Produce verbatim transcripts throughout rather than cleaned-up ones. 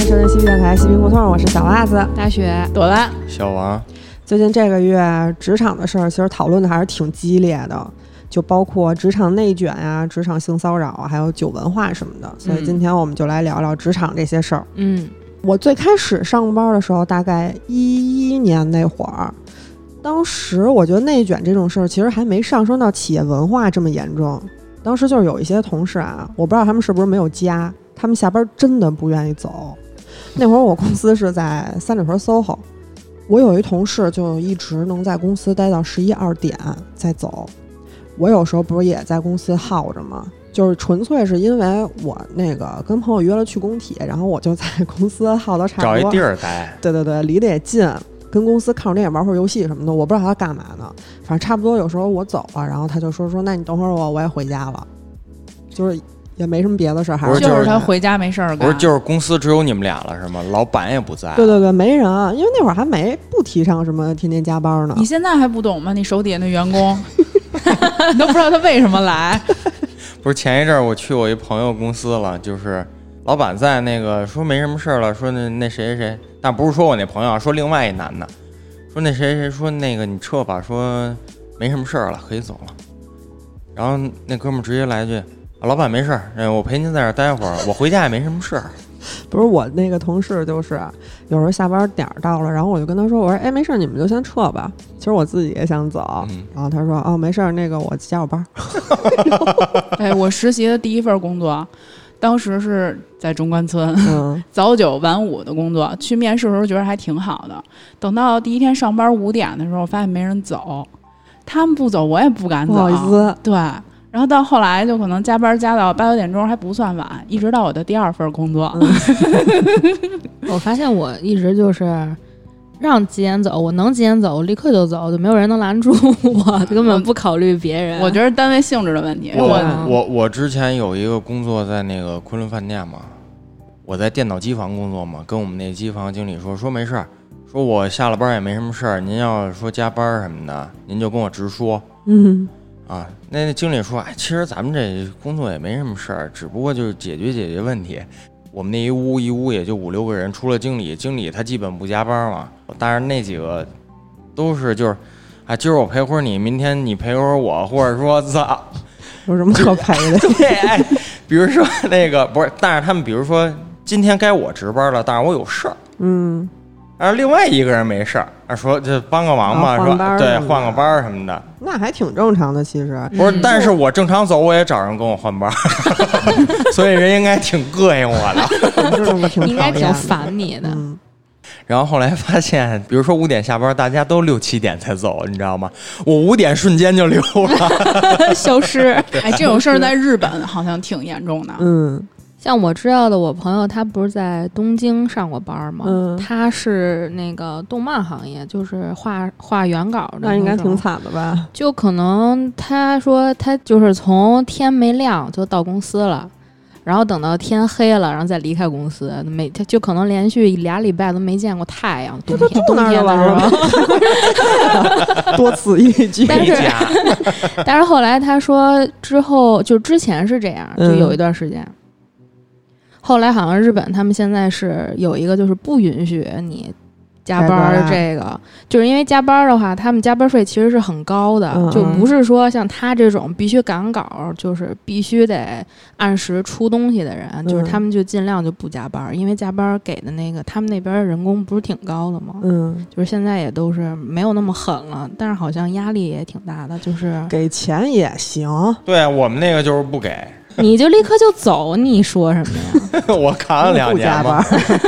迎收听西皮电台西皮胡同，我是小袜子、 大雪、朵拉、 小王。 最近这个月职场的事儿，其实讨论的还是挺激烈的，就包括职场内卷呀、职场性骚扰啊，还有酒文化什么的。所以今天我们就来聊聊职场这些事儿。 嗯， 我最开始上班的时候，大概一一年那会儿，当时我觉得内卷这种事儿其实还没上升到企业文化这么严重。当时就是有一些同事啊，我不知道他们是不是没有家，他们下班真的不愿意走。那会儿我公司是在三里屯 S O H O， 我有一同事就一直能在公司待到十一二点再走。我有时候不是也在公司耗着吗？就是纯粹是因为我那个跟朋友约了去工体，然后我就在公司耗到差不多， 找一地儿待。 对对对，离得也近，跟公司看会儿电影玩会儿游戏什么的。我不知道他干嘛呢，反正差不多有时候我走了，然后他就说说那你等会儿我我也回家了，就是也没什么别的事儿，还是就是他回家没事儿干。 不是就是公司只有你们俩了是吗？老板也不在。 对对对，没人，因为那会儿还没不提倡什么天天加班呢。 你现在还不懂吗？你手底下那员工你都不知道他为什么来。 不是前一阵我去我一朋友公司了，就是老板在那个说没什么事了，说那那谁谁谁，但不是说我那朋友，说另外一男的，说那谁谁说那个你撤吧，说没什么事了，可以走了。然后那哥们直接来一句，老板没事儿，我陪您在这儿待会儿，我回家也没什么事儿。 不是我那个同事，就是有时候下班点儿到了，然后我就跟他说，我说哎没事，你们就先撤吧。其实我自己也想走，嗯、然后他说哦没事，那个我加会班。 哎，我实习的第一份工作，当时是在中关村， 嗯、 早九晚五的工作。去面试的时候觉得还挺好的，等到第一天上班五点的时候，我发现没人走，他们不走，我也不敢走。 不好意思， 对。然后到后来就可能加班加到八九点钟还不算晚，一直到我的第二份工作。 嗯、我发现我一直就是让几点走，我能几点走我立刻就走，就没有人能拦住我，根本不考虑别人。 我觉得单位性质的问题。 我我我我之前有一个工作在那个昆仑饭店嘛，我在电脑机房工作嘛，跟我们那机房经理说说没事，说我下了班也没什么事儿，您要说加班什么的，您就跟我直说。 嗯。 啊，那经理说，哎，其实咱们这工作也没什么事儿，只不过就是解决解决问题。我们那一屋一屋也就五六个人，除了经理，经理他基本不加班嘛。但是那几个都是就是，啊，今儿我陪会儿你，明天你陪会儿我，或者说操， 有什么可陪的？ 对，哎，比如说那个不是，但是他们比如说今天该我值班了，但是我有事儿， 嗯。 而另外一个人没事儿，说就帮个忙吧，说对换个班什么的， 那还挺正常的。其实不是，但是我正常走，我也找人跟我换班，所以人应该挺膈应我的， 应该挺烦你的。 嗯、 然后后来发现，比如说五点下班，大家都六七点才走，你知道吗？我五点瞬间就溜了， 消失。 哎，这种事儿在日本好像挺严重的。 嗯。 像我知道的，我朋友他不是在东京上过班吗？ 嗯， 他是那个动漫行业，就是画画原稿的， 那应该挺惨的吧？ 就可能他说他就是从天没亮就到公司了，然后等到天黑了，然后再离开公司，每天就可能连续俩礼拜都没见过太阳。冬天冬天的时候，多此一举。 但是但是后来他说之后就之前是这样，就有一段时间。嗯，后来好像日本他们现在是有一个就是不允许你加班，这个就是因为加班的话他们加班费其实是很高的， 嗯、 就不是说像他这种必须赶稿就是必须得按时出东西的人、嗯、就是他们就尽量就不加班，因为加班给的那个他们那边人工不是挺高的吗？ 嗯， 就是现在也都是没有那么狠了，但是好像压力也挺大的，就是给钱也行。 对，我们那个就是不给， 你就立刻就走，你说什么呀？ 我扛了两年嘛，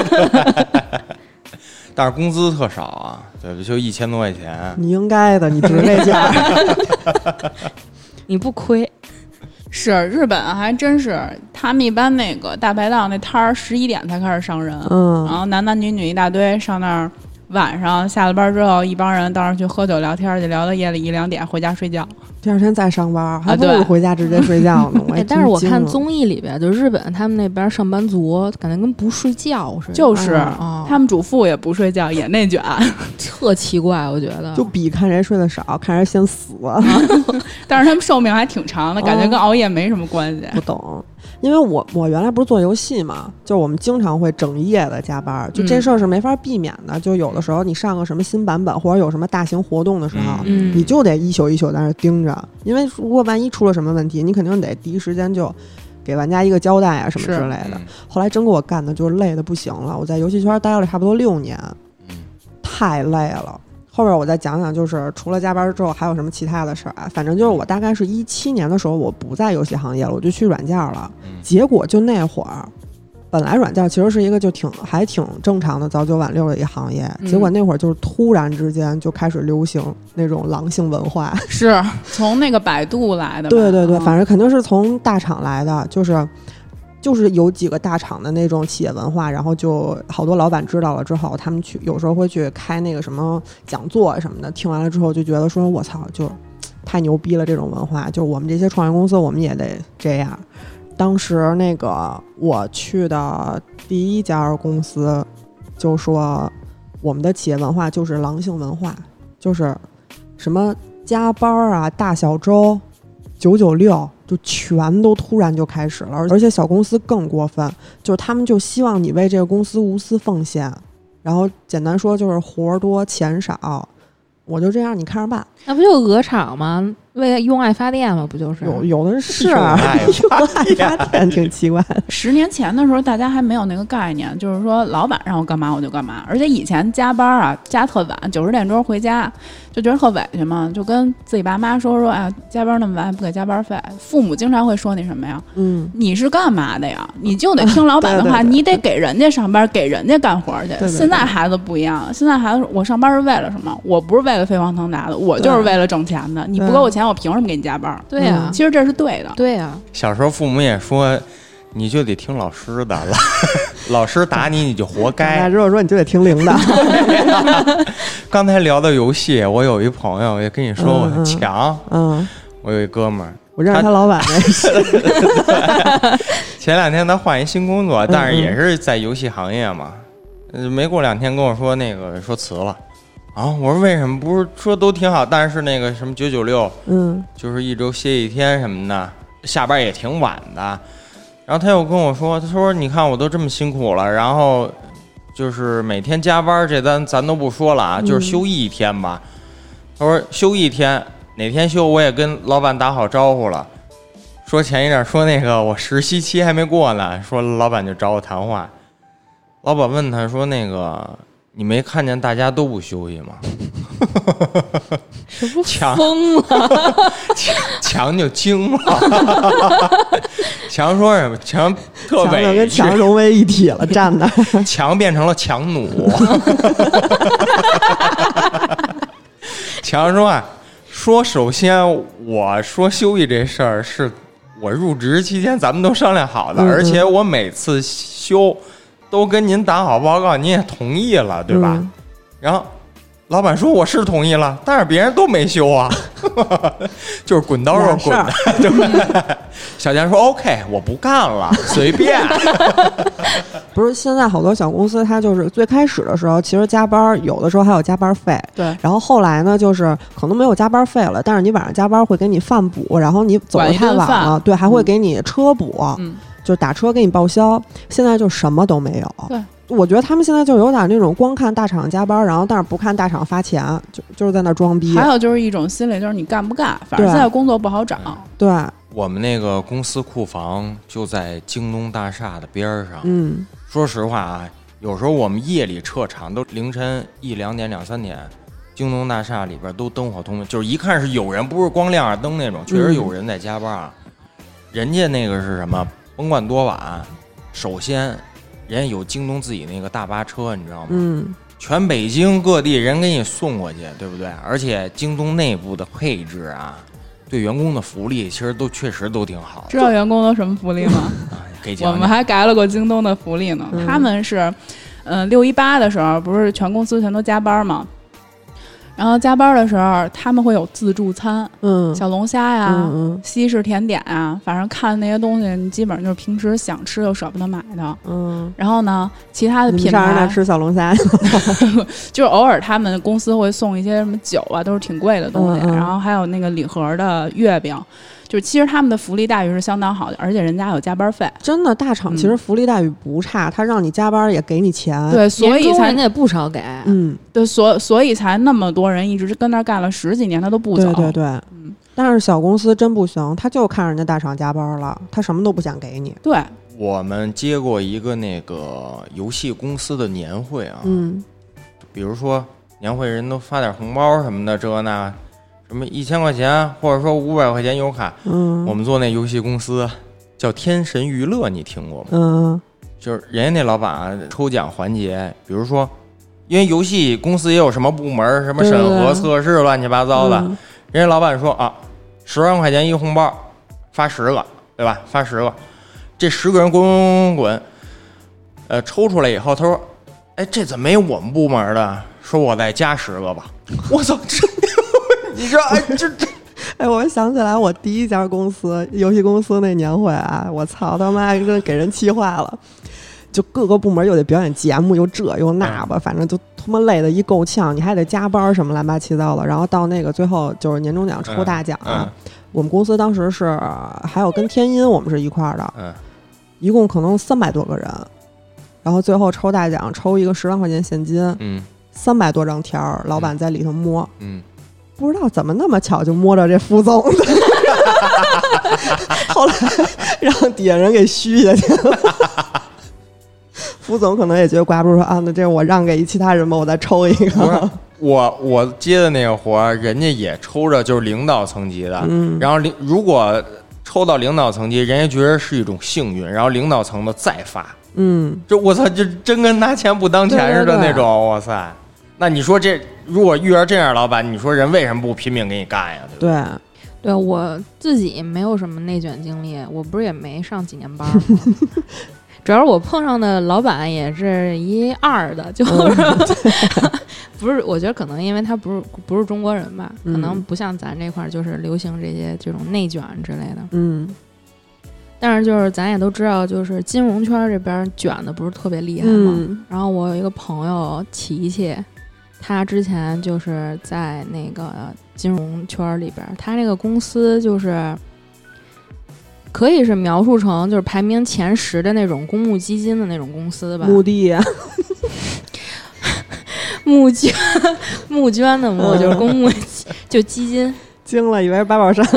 但是工资特少啊，对，就一千多块钱。 你应该的，你值这价， 你不亏。 是日本还真是，他们一般那个大排档那摊儿十一点才开始上人， 嗯， 然后男男女女一大堆上那儿。晚上下了班之后，一帮人到那儿去喝酒聊天，就聊到夜里一两点，回家睡觉。 第二天再上班，还不如回家直接睡觉呢。 哎，但是我看综艺里边，就日本他们那边上班族，感觉跟不睡觉似的。 就是、 哦、 他们主妇也不睡觉，也内卷， 特奇怪，我觉得。 就比看谁睡得少，看谁先死。 但是他们寿命还挺长的，感觉跟熬夜没什么关系。 不懂。 因为我我原来不是做游戏嘛，就我们经常会整夜的加班，就这事儿是没法避免的。嗯、就有的时候你上个什么新版本或者有什么大型活动的时候， 嗯、 你就得一宿一宿在那盯着，因为如果万一出了什么问题，你肯定得第一时间就给玩家一个交代啊什么之类的。后来真给我干的就是累的不行了，我在游戏圈待了差不多六年，太累了。后边我再讲讲，就是除了加班之后还有什么其他的事儿啊？反正就是我大概是一七年的时候，我不在游戏行业了，我就去软件了。结果就那会儿，本来软件其实是一个就挺还挺正常的早九晚六的一个行业，结果那会儿就是突然之间就开始流行那种狼性文化， 是从那个百度来的吧？ 对对对，反正肯定是从大厂来的，就是。就是有几个大厂的那种企业文化，然后就好多老板知道了之后，他们去有时候会去开那个什么讲座什么的，听完了之后就觉得说我操，就太牛逼了，这种文化，就我们这些创业公司我们也得这样。当时那个我去的第一家公司就说我们的企业文化就是狼性文化，就是什么加班啊、大小周、九九六就全都突然就开始了，而且小公司更过分，就是他们就希望你为这个公司无私奉献，然后简单说就是活多钱少，我就这样你看着办。 那不就鹅厂吗？为了用爱发电吗？不就是有有的是啊，爱发电挺奇怪的。 十年前的时候，大家还没有那个概念，就是说老板让我干嘛我就干嘛。而且以前加班啊，加特晚，九十点钟回家，就觉得特委屈嘛，就跟自己爸妈说说，哎，加班那么晚不给加班费。父母经常会说你什么呀？嗯，你是干嘛的呀？你就得听老板的话，啊、对对对你得给人家上班，给人家干活去。对对对现在孩子不一样，现在孩子我上班是为了什么？我不是为了飞黄腾达的，我就是为了挣钱的。你不给我钱，我凭什么给你加班？ 对呀、啊嗯， 其实这是对的。 对呀、啊， 小时候父母也说，你就得听老师的了，老师打你你就活该。 如果说你就得听领导。 刚才聊到游戏，我有一朋友也跟你说我强，嗯，嗯我有一哥们儿， 我认识他老板那是。 前两天他换一新工作，但是也是在游戏行业嘛，嗯、没过两天跟我说那个说辞了。啊，我说为什么？不是说都挺好，但是那个什么九九六，嗯，就是一周歇一天什么的，下班也挺晚的。然后他又跟我说，他说你看我都这么辛苦了，然后就是每天加班，这咱咱都不说了啊，就是休一天吧。嗯、他说休一天，哪天休我也跟老板打好招呼了。说前一阵说那个我实习期还没过呢，说老板就找我谈话，老板问他说那个。你没看见大家都不休息吗？ 是不是疯了？ 强就惊了。强说什么？强特委屈， 跟强融为一体了，站那。 强变成了强弩。强说啊，说首先我说休息这事儿是我入职期间咱们都商量好的，嗯嗯而且我每次休。都跟您打好报告，您也同意了，对吧？嗯、然后老板说我是同意了，但是别人都没休啊，就是滚刀肉滚的，对不对？小强说 OK， 我不干了，随便。 不是，现在好多小公司，它就是最开始的时候，其实加班有的时候还有加班费， 对。 然后后来呢，就是可能没有加班费了，但是你晚上加班会给你饭补，然后你走得太晚了，对，还会给你车补。嗯。就是打车给你报销，现在就什么都没有。 对， 我觉得他们现在就有点那种光看大厂加班，然后但是不看大厂发钱，就就是在那装逼。 还有就是一种心理，就是你干不干，反正现在工作不好找。 对， 我们那个公司库房就在京东大厦的边上。 嗯， 说实话啊，有时候我们夜里撤场都凌晨一两点、两三点，京东大厦里边都灯火通明，就是一看是有人，不是光亮着灯那种，确实有人在加班啊。嗯、人家那个是什么？甭管多晚，首先人家有京东自己那个大巴车，你知道吗？ 嗯， 全北京各地人给你送过去，对不对？而且京东内部的配置啊，对员工的福利其实都确实都挺好的。 知道员工都什么福利吗？ 啊，可以讲讲。 我们还改了过京东的福利呢。嗯、他们是，嗯，六一八的时候不是全公司全都加班吗？然后加班的时候，他们会有自助餐， 嗯， 小龙虾呀， 嗯嗯， 西式甜点啊，反正看那些东西，你基本上就是平时想吃又舍不得买的， 嗯。 然后呢，其他的品牌，你上那吃小龙虾， 就是偶尔他们公司会送一些什么酒啊，都是挺贵的东西。 嗯嗯、 然后还有那个礼盒的月饼， 就是其实他们的福利待遇是相当好的，而且人家有加班费。 真的，大厂其实福利待遇不差，他、嗯、让你加班也给你钱， 对，所以才人家也不少给， 嗯， 对，所所以才那么多人一直跟那儿干了十几年，他都不走。 对对对，嗯。但是小公司真不行，他就看人家大厂加班了，他什么都不想给你。 对， 我们接过一个那个游戏公司的年会啊， 嗯， 比如说年会人都发点红包什么的，这那什么一千块钱，或者说五百块钱优卡， 嗯， 我们做那游戏公司叫天神娱乐，你听过吗？ 嗯， 就是人家那老板抽奖环节，比如说，因为游戏公司也有什么部门，什么审核、测试，乱七八糟的，嗯、人家老板说啊，十万块钱一红包，发十个，对吧？发十个，这十个人滚滚滚滚，呃，抽出来以后，他说，哎，这怎么没有我们部门的？说我再加十个吧。我操，这你说，哎，这这。 哎，我想起来，我第一家公司游戏公司那年会啊，我操他妈，真给人气坏了。就各个部门又得表演节目，又这又那吧，反正就他妈累得一够呛，你还得加班什么乱八七糟的。然后到那个最后就是年终奖抽大奖、啊嗯嗯，我们公司当时是还有跟天音我们是一块的，嗯，一共可能三百多个人，然后最后抽大奖，抽一个十万块钱现金， 嗯， 三百多张条，老板在里头摸， 嗯。嗯不知道怎么那么巧就摸着这副总的，后来让底下人给虚下去了。副总可能也觉得挂不住，说啊，那这我让给其他人吧，我再抽一个。 我我接的那个活，人家也抽着就是领导层级的，嗯，然后领如果抽到领导层级，人家觉得是一种幸运，然后领导层的再发， 嗯， 这我操，就真跟拿钱不当钱似的那种，哇塞。那你说这如果遇到这样老板，你说人为什么不拼命给你干呀？ 对对， 对我自己没有什么内卷经历，我不是也没上几年班吗？主要是我碰上的老板也是一二的，就是、嗯、不是，我觉得可能因为他不是不是中国人吧， 嗯、 可能不像咱这块就是流行这些这种内卷之类的。 嗯， 但是就是咱也都知道，就是金融圈这边卷的不是特别厉害嘛。 嗯、 然后我有一个朋友琪琪。他之前就是在那个金融圈里边，他那个公司就是可以是描述成就是排名前十的那种公募基金的那种公司吧。 募地啊， 募捐募捐的募就是公募就基金。 惊了，以为是八宝山。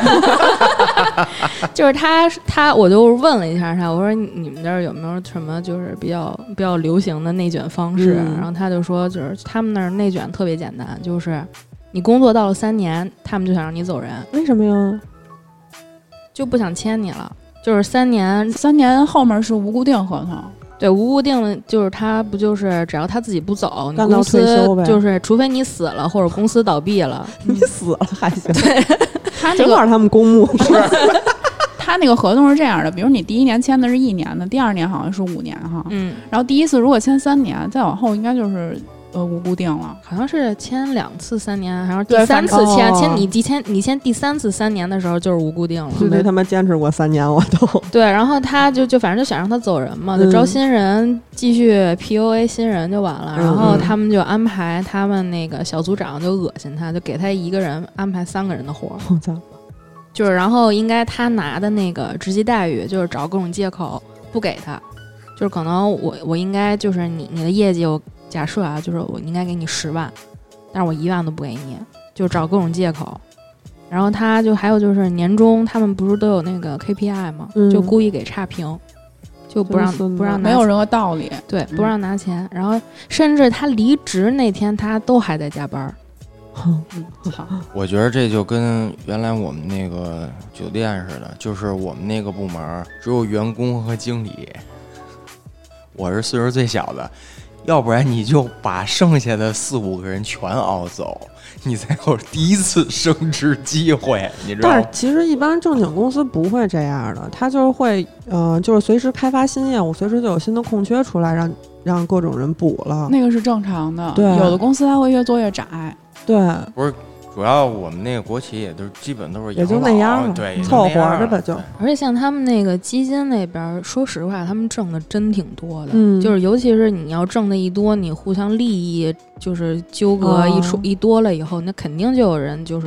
就是他，他我就问了一下他，我说你们这儿有没有什么就是比较比较流行的内卷方式？ 嗯、 然后他就说，就是他们那儿内卷特别简单，就是你工作到了三年，他们就想让你走人。 为什么呀？ 就不想签你了，就是三年， 三年后面是无固定合同。 对，无固定的就是他不就是只要他自己不走，你干到退休呗， 就是除非你死了或者公司倒闭了， 你死了还行。 对， 他那个他们公募是。 他那个合同是这样的，比如你第一年签的是一年的，第二年好像是五年哈， 嗯， 然后第一次如果签三年，再往后应该就是呃无固定了， 好像是签两次三年，还是第三次签， 哦、 签你第签你签第三次三年的时候就是无固定了。 就没他妈坚持过三年我都。 对，然后他就就反正就想让他走人嘛，就招新人，继续 P U A 新人就完了。 嗯、 然后他们就安排他们那个小组长就恶心他，就给他一个人安排三个人的活。 我操！ 就是然后应该他拿的那个职级待遇，就是找各种借口不给他，就是可能我我应该就是你你的业绩，我假设啊，就是我应该给你十万，但是我一万都不给你，就找各种借口。然后他就还有就是年终他们不是都有那个 K P I 吗？ 嗯、 就故意给差评，就不让不让拿没有任何道理， 对，不让拿钱。嗯、然后甚至他离职那天他都还在加班。 嗯，好， 我觉得这就跟原来我们那个酒店似的，就是我们那个部门只有员工和经理，我是岁数最小的，要不然你就把剩下的四五个人全熬走，你才有第一次升职机会，你知道吗？ 但是其实一般正经公司不会这样的，他就是会，呃，就是随时开发新业务，随时就有新的空缺出来，让让各种人补了。 那个是正常的， 对， 有的公司它会越做越窄。 对， 不是，主要我们那个国企也都基本都是也就那样， 对， 凑合着吧就。 而且像他们那个基金那边，说实话，他们挣的真挺多的。 嗯， 就是尤其是你要挣的一多，你互相利益就是纠葛一出、哦、一多了以后，那肯定就有人就是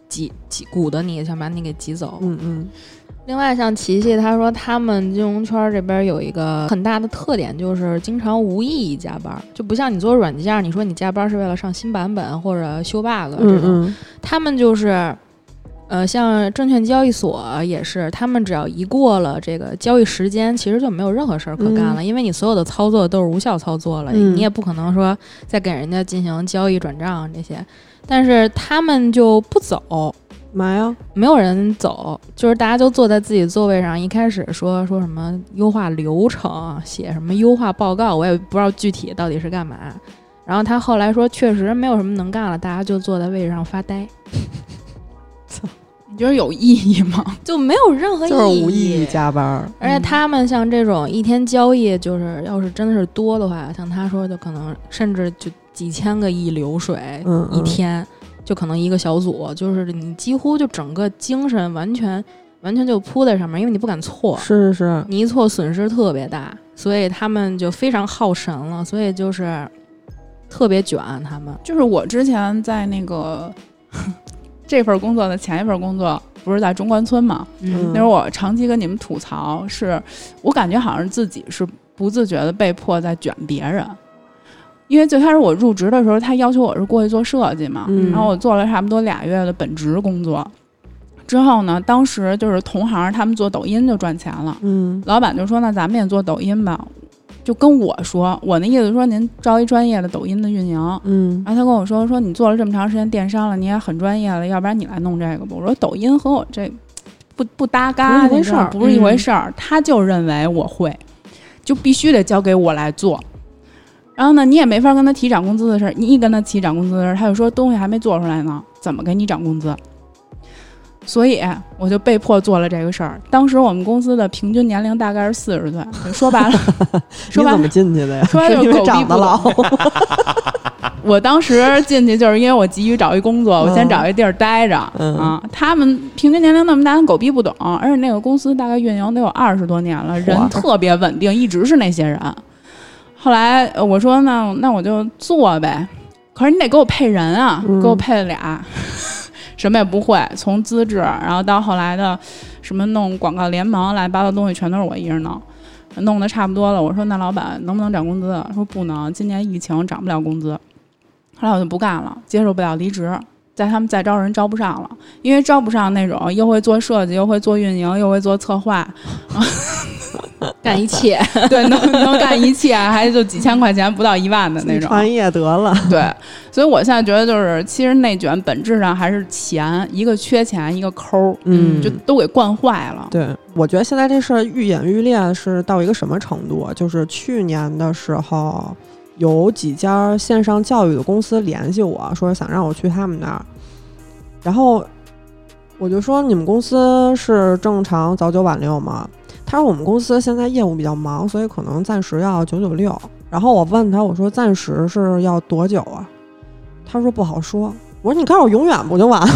挤挤鼓的你，想把你给挤走。 嗯嗯。 另外像琪琪他说他们金融圈这边有一个很大的特点，就是经常无意义加班，就不像你做软件，你说你加班是为了上新版本或者修 bug 这种， 嗯嗯他们就是呃，像证券交易所也是，他们只要一过了这个交易时间，其实就没有任何事儿可干了、嗯、因为你所有的操作都是无效操作了、嗯、你也不可能说再给人家进行交易转账这些，但是他们就不走。 嘛呀， 没有人走，就是大家都坐在自己座位上。一开始说说什么优化流程，写什么优化报告，我也不知道具体到底是干嘛。然后他后来说，确实没有什么能干了，大家就坐在位置上发呆。 你觉得有意义吗？ 就没有任何意义， 就是无意义加班。 而且他们像这种一天交易，就是要是真的是多的话，像他说，就可能甚至就几千个亿流水、嗯嗯、一天。就可能一个小组，就是你几乎就整个精神完全完全就扑在上面，因为你不敢错， 是是是， 你一错损失特别大，所以他们就非常耗神了，所以就是特别卷。他们就是我之前在那个这份工作的前一份工作，不是在中关村嘛？嗯，那时候我长期跟你们吐槽，是我感觉好像自己是不自觉的被迫在卷别人。因为最开始我入职的时候，他要求我是过去做设计嘛、嗯、然后我做了差不多俩月的本职工作之后呢，当时就是同行他们做抖音就赚钱了，嗯，老板就说那咱们也做抖音吧，就跟我说，我那意思说您招一专业的抖音的运营，嗯，然后他跟我说说你做了这么长时间电商了，你也很专业了，要不然你来弄这个吧。我说抖音和我这不不搭嘎， 不是一回事儿， 不是一回事儿、嗯、他就认为我会，就必须得交给我来做。然后呢，你也没法跟他提涨工资的事儿，你一跟他提涨工资的事儿，他就说东西还没做出来呢，怎么给你涨工资？所以我就被迫做了这个事儿。当时我们公司的平均年龄大概是四十岁，说白了，说白了你怎么进去的呀？ 说白了就是狗逼不老。我当时进去就是因为我急于找一工作，我先找一地儿待着、嗯、啊。他们平均年龄那么大，狗逼不懂，而且那个公司大概运营得有二十多年了，人特别稳定，一直是那些人。后来我说那那我就做呗，可是你得给我配人啊，嗯、给我配了俩，什么也不会，从资质，然后到后来的什么弄广告联盟乱七八糟东西，全都是我一人弄，弄得差不多了。我说那老板能不能涨工资？说不能，今年疫情涨不了工资。后来我就不干了，接受不了离职，在他们再招人招不上了，因为招不上那种又会做设计又会做运营又会做策划。 干一切， 对，能能干一切，还就几千块钱不到一万的那种， 创业得了。 对，所以我现在觉得就是，其实内卷本质上还是钱，一个缺钱，一个抠，嗯，就都给惯坏了。 对，我觉得现在这事儿愈演愈烈是到一个什么程度？就是去年的时候，有几家线上教育的公司联系我说想让我去他们那儿，然后我就说你们公司是正常早九晚六吗？他说我们公司现在业务比较忙，所以可能暂时要九九六。然后我问他，我说暂时是要多久啊？他说不好说。我说你告诉我永远不就完了？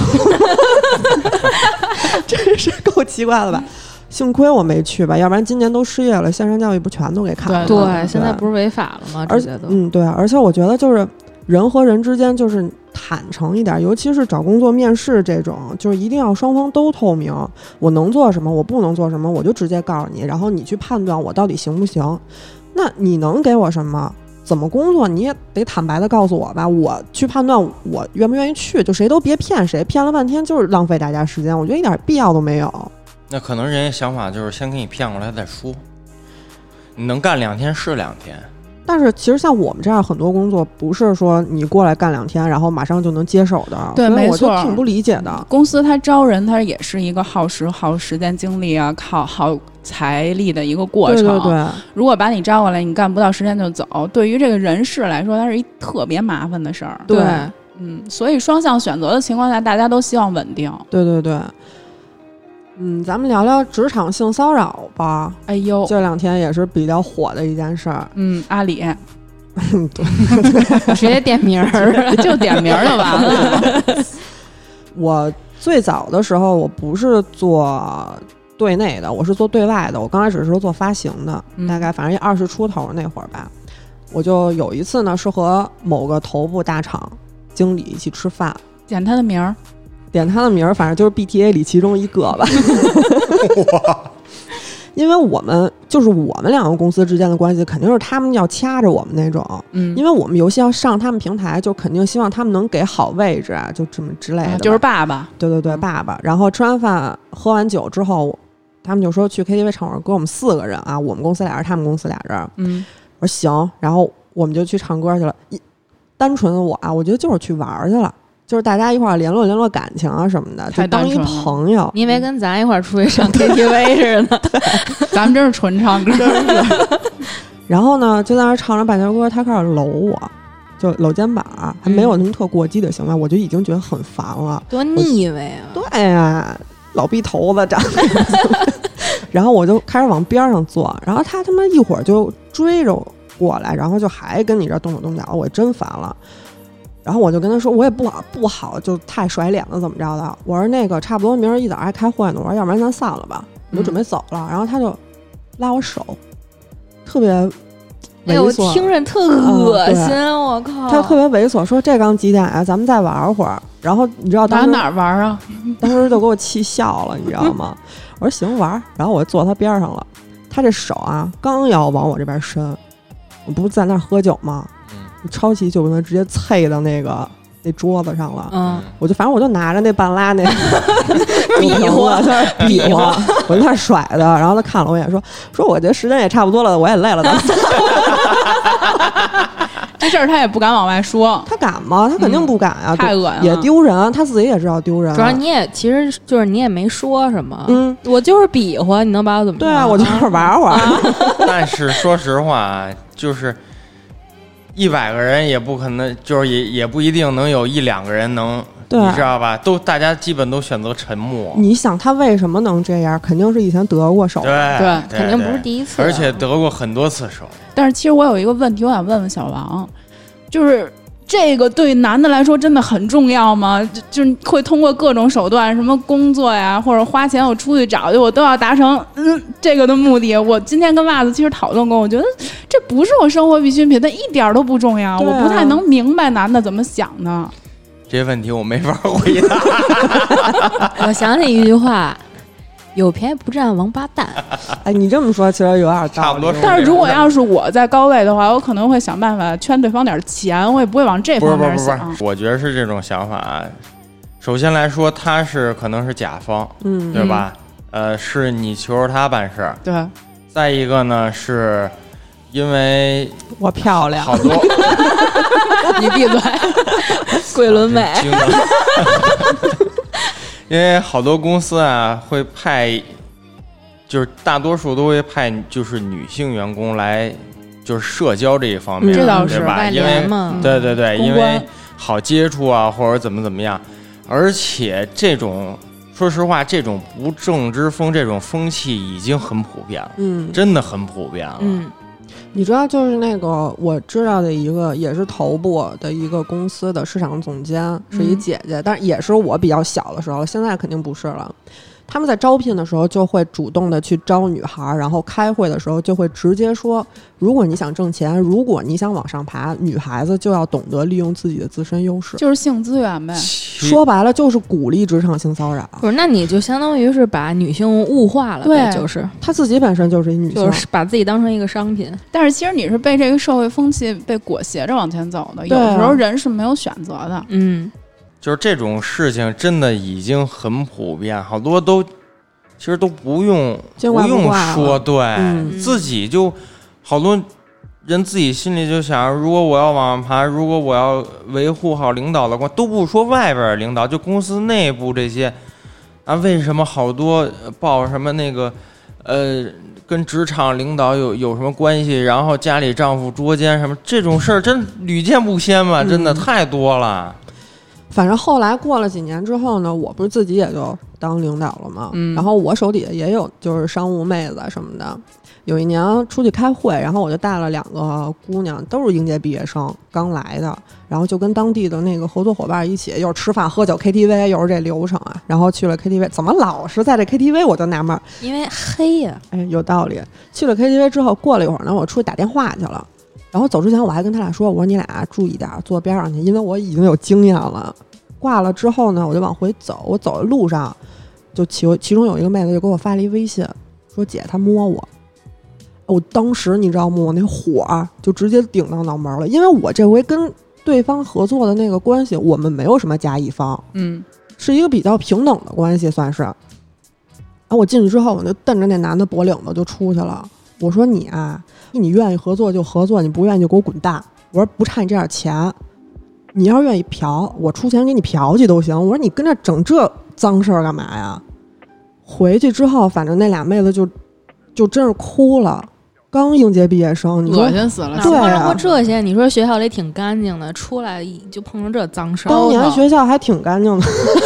真是够奇怪了吧？幸亏我没去吧，要不然今年都失业了，线上教育不全都给砍了？ 对，对现在不是违法了吗？ 而且嗯，对，而且我觉得就是人和人之间就是坦诚一点，尤其是找工作面试这种，就是一定要双方都透明，我能做什么，我不能做什么，我就直接告诉你，然后你去判断我到底行不行。那你能给我什么，怎么工作，你也得坦白的告诉我吧，我去判断我愿不愿意去，就谁都别骗谁，骗了半天就是浪费大家时间，我觉得一点必要都没有。 那可能人家想法就是先给你骗过来再说，你能干两天是两天。 但是其实像我们这样很多工作不是说你过来干两天然后马上就能接手的， 对，没错， 我就挺不理解的。 公司它招人它也是一个耗时耗时间精力啊，靠耗财力的一个过程。 对对对， 如果把你招过来你干不到十天就走，对于这个人事来说它是一特别麻烦的事儿。 对， 嗯，所以双向选择的情况下大家都希望稳定。 对对对。嗯，咱们聊聊职场性骚扰吧。 哎呦， 这两天也是比较火的一件事儿。 嗯，阿里， 直接点名儿， 就点名儿就完了。 我最早的时候，我不是做对内的，我是做对外的。我刚开始是做发行的，嗯、大概反正二十出头那会儿吧。我就有一次呢，是和某个头部大厂经理一起吃饭， 点他的名儿。 点他的名儿，反正就是 B T A 里其中一个吧。因为我们就是我们两个公司之间的关系，肯定是他们要掐着我们那种。 嗯， 因为我们游戏要上他们平台，就肯定希望他们能给好位置啊，就这么之类的、 啊。就是爸爸， 对对对，爸爸。然后吃完饭喝完酒之后，他们就说去 K T V 唱会儿歌，我们四个人啊，我们公司俩人，他们公司俩人。 嗯， 我说行，然后我们就去唱歌去了。一单纯的我啊，我觉得就是去玩去了。就是大家一块儿联络联络感情啊什么的，就当一朋友。 你以为跟咱一块儿出去上 K T V 似的？ 咱们真是纯唱歌。 然后呢，就在那唱着半条歌，他开始搂我，就搂肩膀，还没有那么特过激的行为，嗯、我就已经觉得很烦了。 多腻味啊！ 对呀、啊，老逼头子长得。然后我就开始往边上坐，然后他他妈一会儿就追着过来，然后就还跟你这动手动脚，我真烦了。然后我就跟他说，我也不好不好，就太甩脸了，怎么着的？我说那个差不多明儿一早还开会呢，我说要不然咱散了吧，我就准备走了。嗯、然后他就拉我手，特别猥琐， 哎、我听着特恶心，嗯、我靠！ 他特别猥琐，说这刚几点啊？咱们再玩会儿。然后你知道当时哪儿玩啊？ 当时就给我气笑了，你知道吗？我说行玩，然后我就坐他边上了，他这手啊刚要往我这边伸，我不是在那儿喝酒吗？抄起就跟他直接啐到那个那桌子上了， 嗯， 我就反正我就拿着那半拉那比划， 比划，我就开始甩的，然后他看了我一眼说说我觉得时间也差不多了，我也累了。 这事儿他也不敢往外说， 他敢吗？他肯定不敢啊， 嗯、太恶心了， 也丢人，他自己也知道丢人。 主要你也其实就是你也没说什么， 嗯， 我就是比划，你能把我怎么着？ 对啊，我就是玩会儿。啊、 但是说实话，就是一百个人也不可能，就是也也不一定能有一两个人能， 对， 你知道吧？都大家基本都选择沉默。 你想他为什么能这样？肯定是以前得过手， 对对， 肯定不是第一次， 而且得过很多次手。 但是其实我有一个问题，我想问问小王，就是这个对男的来说真的很重要吗？就就是会通过各种手段，什么工作呀，或者花钱我出去找去，我都要达成嗯这个的目的。我今天跟袜子其实讨论过，我觉得这不是我生活必需品，它一点都不重要。啊、我不太能明白男的怎么想的。 这些问题我没法回答。 我想起一句话。有便宜不占王八蛋。 哎，你这么说其实有点道理。 但是如果要是我在高位的话，我可能会想办法圈对方点钱，我也不会往这方面想。 不是不是不是，我觉得是这种想法。首先来说，他是可能是甲方， 嗯， 对吧？嗯、呃，是你求着他办事。 对。 再一个呢，是因为我漂亮， 好多。 你闭嘴，桂纶镁。 因为好多公司啊会派，就是大多数都会派就是女性员工来，就是社交这一方面， 这倒是对吧？因为对对对，因为好接触啊，或者怎么怎么样，而且这种说实话，这种不正之风，这种风气已经很普遍了， 嗯， 真的很普遍了， 嗯。 你知道，就是那个我知道的一个，也是头部的一个公司的市场总监，是一姐姐，嗯、但是也是我比较小的时候，现在肯定不是了。他们在招聘的时候就会主动的去招女孩，然后开会的时候就会直接说，如果你想挣钱，如果你想往上爬，女孩子就要懂得利用自己的自身优势， 就是性资源呗。 说白了就是鼓励职场性骚扰。 不是，那你就相当于是把女性物化了呗，就是她自己本身就是一女性， 就是把自己当成一个商品。 但是其实你是被这个社会风气被裹挟着往前走的，有的时候人是没有选择的。 嗯。 就是这种事情真的已经很普遍，好多都其实都不用不用说，对、嗯、自己就好多人自己心里就想，如果我要往上爬，如果我要维护好领导的关系，都不说外边领导，就公司内部这些啊，为什么好多报什么那个呃跟职场领导有有什么关系，然后家里丈夫捉奸什么这种事儿，真屡见不鲜嘛，真的太多了。 嗯，反正后来过了几年之后呢，我不是自己也就当领导了嘛， 嗯， 然后我手底下也有就是商务妹子什么的。有一年出去开会，然后我就带了两个姑娘，都是应届毕业生，刚来的，然后就跟当地的那个合作伙伴一起，又是吃饭喝酒 K T V， 又是这流程啊，然后去了 K T V， 怎么老是在这 K T V， 我就纳闷， 因为黑呀、啊， 哎，有道理。去了 K T V 之后，过了一会儿呢，我出去打电话去了。然后走之前我还跟他俩说，我说你俩注意点坐边上去，因为我已经有经验了， 挂了之后呢，我就往回走，我走的路上就其其中有一个妹子就给我发了一微信，说姐她摸我。我当时你知道吗？我那火就直接顶到脑门了，因为我这回跟对方合作的那个关系，我们没有什么甲乙方， 嗯， 是一个比较平等的关系，算是。啊，我进去之后，我就瞪着那男的脖领子就出去了。我说你啊，你愿意合作就合作，你不愿意就给我滚蛋。我说不差你这点钱，你要是愿意嫖，我出钱给你嫖去都行。我说你跟这整这脏事儿干嘛呀？回去之后，反正那俩妹子就就真是哭了。刚应届毕业生，你说恶心死了。 对啊， 过这些，你说学校里挺干净的，出来就碰上这脏事儿。 当年学校还挺干净的。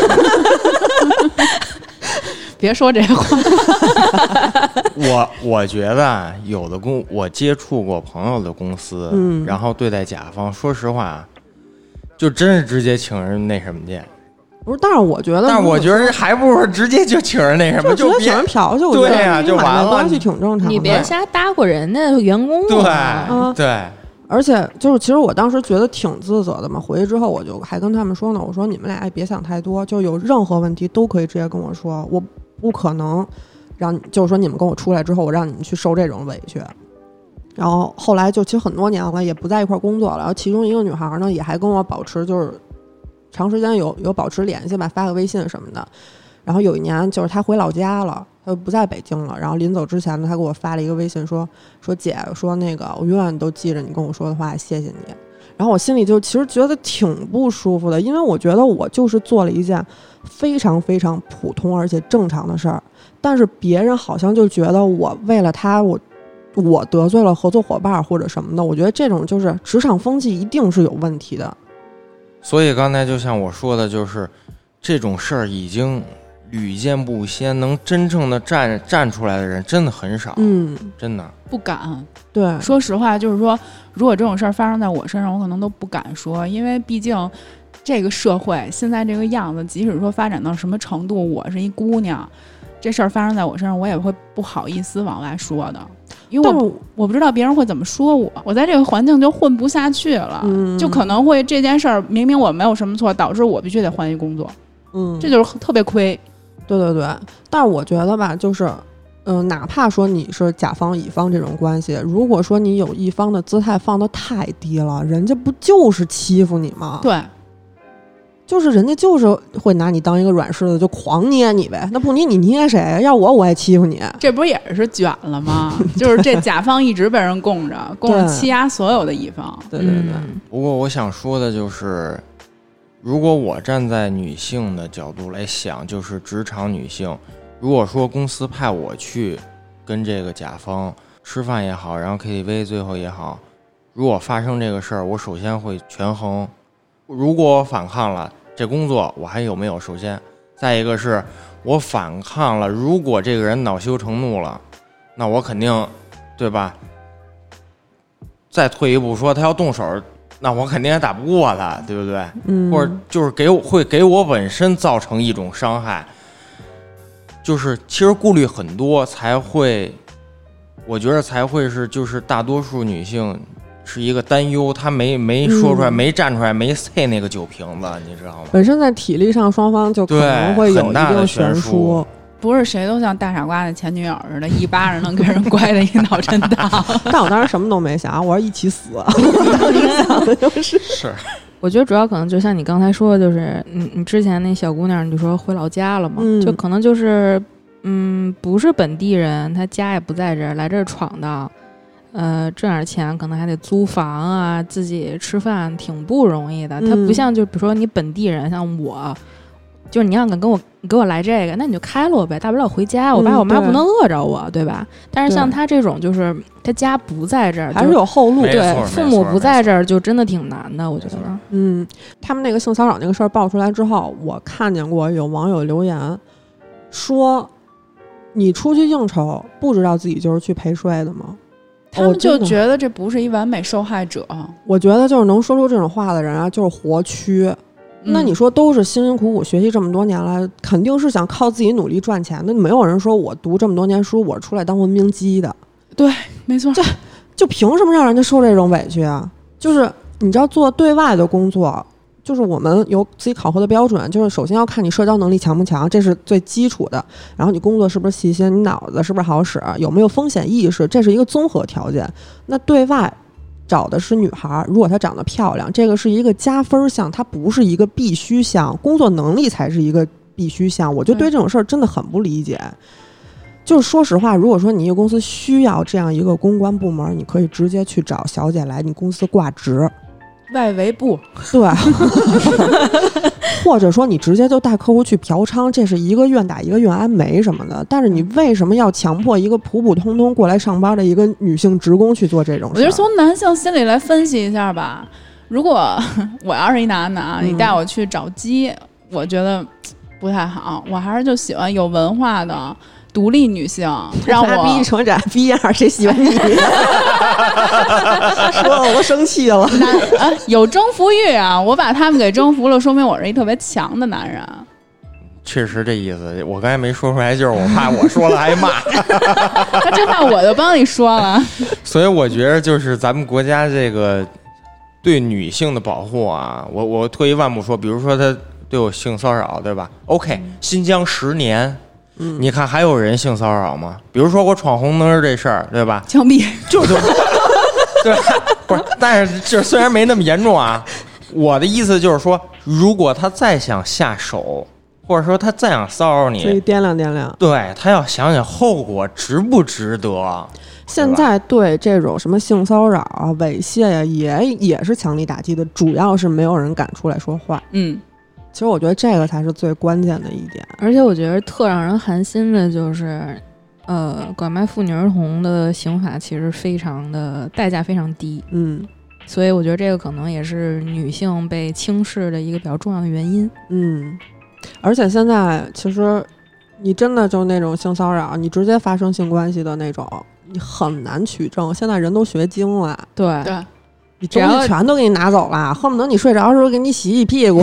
别说这话。 我我觉得有的公我接触过朋友的公司， 嗯， 然后对待甲方，说实话，就真是直接请人那什么去。 不是，但是我觉得， 但是我觉得还不如直接就请人那什么， 就直接请人嫖去。 对呀、啊，就完了。 关系挺正常的。 你别瞎搭过人家员工。 对、 啊， 对。 而且就是，其实我当时觉得挺自责的嘛。回去之后，我就还跟他们说呢，我说你们俩也别想太多，就有任何问题都可以直接跟我说，我不可能让，就是说你们跟我出来之后，我让你们去受这种委屈。然后后来就其实很多年了，也不在一块工作了。然后其中一个女孩呢，也还跟我保持就是。长时间有有保持联系吧，发个微信什么的。然后有一年就是他回老家了，他就不在北京了。然后临走之前呢，他给我发了一个微信说说姐，说那个我永远都记着你跟我说的话，谢谢你。然后我心里就其实觉得挺不舒服的，因为我觉得我就是做了一件非常非常普通而且正常的事儿，但是别人好像就觉得我为了他我我得罪了合作伙伴或者什么的。我觉得这种就是职场风气一定是有问题的。 所以刚才就像我说的，就是这种事儿已经屡见不鲜，能真正的站站出来的人真的很少。 嗯， 真的不敢。 对， 说实话，就是说，如果这种事儿发生在我身上，我可能都不敢说，因为毕竟这个社会现在这个样子，即使说发展到什么程度，我是一姑娘，这事儿发生在我身上，我也会不好意思往外说的。因为我我不知道别人会怎么说我，我在这个环境就混不下去了， 嗯、 就可能会这件事儿明明我没有什么错，导致我必须得换一工作， 嗯， 这就是特别亏。 对对对，但是我觉得吧，就是，嗯、呃，哪怕说你是甲方乙方这种关系，如果说你有一方的姿态放得太低了，人家不就是欺负你吗？ 对。 就是人家就是会拿你当一个软柿子，就狂捏你呗。那不捏你捏谁？要我我也欺负你。 这不也是卷了吗？就是这甲方一直被人供着，供着欺压所有的乙方。 对对对、 嗯。 不过我想说的就是，如果我站在女性的角度来想，就是职场女性，如果说公司派我去跟这个甲方吃饭也好，然后 K T V 最后也好，如果发生这个事儿，我首先会权衡。如果我反抗了，这工作我还有没有？首先，再一个是我反抗了，如果这个人恼羞成怒了，那我肯定，对吧？再退一步说，他要动手，那我肯定也打不过他，对不对？ 嗯。 或者就是给我会给我本身造成一种伤害，就是其实顾虑很多才会，我觉得才会是就是大多数女性。是一个担忧，他没没说出来、嗯，没站出来，没塞那个酒瓶子，你知道吗？ 本身在体力上，双方就可能会有一定悬殊。 不是谁都像大傻瓜的前女友似的，一巴掌能给人拐的一脑震荡。 但我当时什么都没想，我要一起死。我当时想的就是是。 我觉得主要可能就像你刚才说的，就是你你之前那小姑娘，你就说回老家了嘛， 嗯、 就可能就是嗯不是本地人，她家也不在这儿，来这儿闯荡。呃，挣点钱可能还得租房啊，自己吃饭挺不容易的。他、嗯、不像就比如说你本地人，像我，就是你要敢跟我你给我来这个，那你就开了我呗，大不了回家，我爸我妈不能饿着我，嗯、对, 对吧？但是像他这种，就是他家不在这儿， 还是有后路， 对，父母不在这儿，就真的挺难的，我觉得。 嗯，他们那个性骚扰那个事儿爆出来之后，我看见过有网友留言说，你出去应酬，不知道自己就是去陪睡的吗？ 他们就觉得这不是一完美受害者。 我觉得就是能说出这种话的人啊，就是活蛆。嗯、那你说都是辛辛苦苦学习这么多年来，肯定是想靠自己努力赚钱。那没有人说我读这么多年书，我出来当文明鸡的。 对，没错。 这就凭什么让人家受这种委屈啊？就是你知道做对外的工作， 就是我们有自己考核的标准，就是首先要看你社交能力强不强，这是最基础的。然后你工作是不是细心，你脑子是不是好使，有没有风险意识，这是一个综合条件。那对外找的是女孩，如果她长得漂亮，这个是一个加分项，它不是一个必须项，工作能力才是一个必须项。我就对这种事儿真的很不理解。就是说实话，如果说你一个公司需要这样一个公关部门，你可以直接去找小姐来你公司挂职。 外围部， 对，或者说你直接就带客户去嫖娼，这是一个愿打一个愿挨没什么的。但是你为什么要强迫一个普普通通过来上班的一个女性职工去做这种事？ 我觉得从男性心里来分析一下吧。如果我要是一男的啊，你带我去找鸡，嗯、我觉得不太好。我还是就喜欢有文化的独立女性，让我逼成这逼样，谁喜欢你？说了我都生气了。 男啊，有征服欲啊！我把他们给征服了，说明我是一特别强的男人。 确实这意思，我刚才没说出来，就是我怕我说了挨骂。 他真怕我就帮你说了。 所以我觉得就是咱们国家这个对女性的保护啊，我我退一万步说，比如说他对我性骚扰，对吧 ？OK， 新疆十年。嗯，你看还有人性骚扰吗？比如说我闯红灯这事儿，对吧？ 枪毙， 就就对，不是，但是就虽然没那么严重啊，我的意思就是说，如果他再想下手，或者说他再想骚扰你， 可以掂量掂量， 对他要想想后果值不值得。 现在对这种什么性骚扰啊、猥亵呀，也也是强力打击的，主要是没有人敢出来说话。 嗯。 其实我觉得这个才是最关键的一点， 而且我觉得特让人寒心的就是，呃，拐卖妇女儿童的刑法其实非常的代价非常低， 嗯， 所以我觉得这个可能也是女性被轻视的一个比较重要的原因， 嗯，而且现在其实你真的就那种性骚扰，你直接发生性关系的那种，你很难取证，现在人都学精了， 对对。 你东西全都给你拿走了，恨不得你睡着的时候给你洗洗屁股。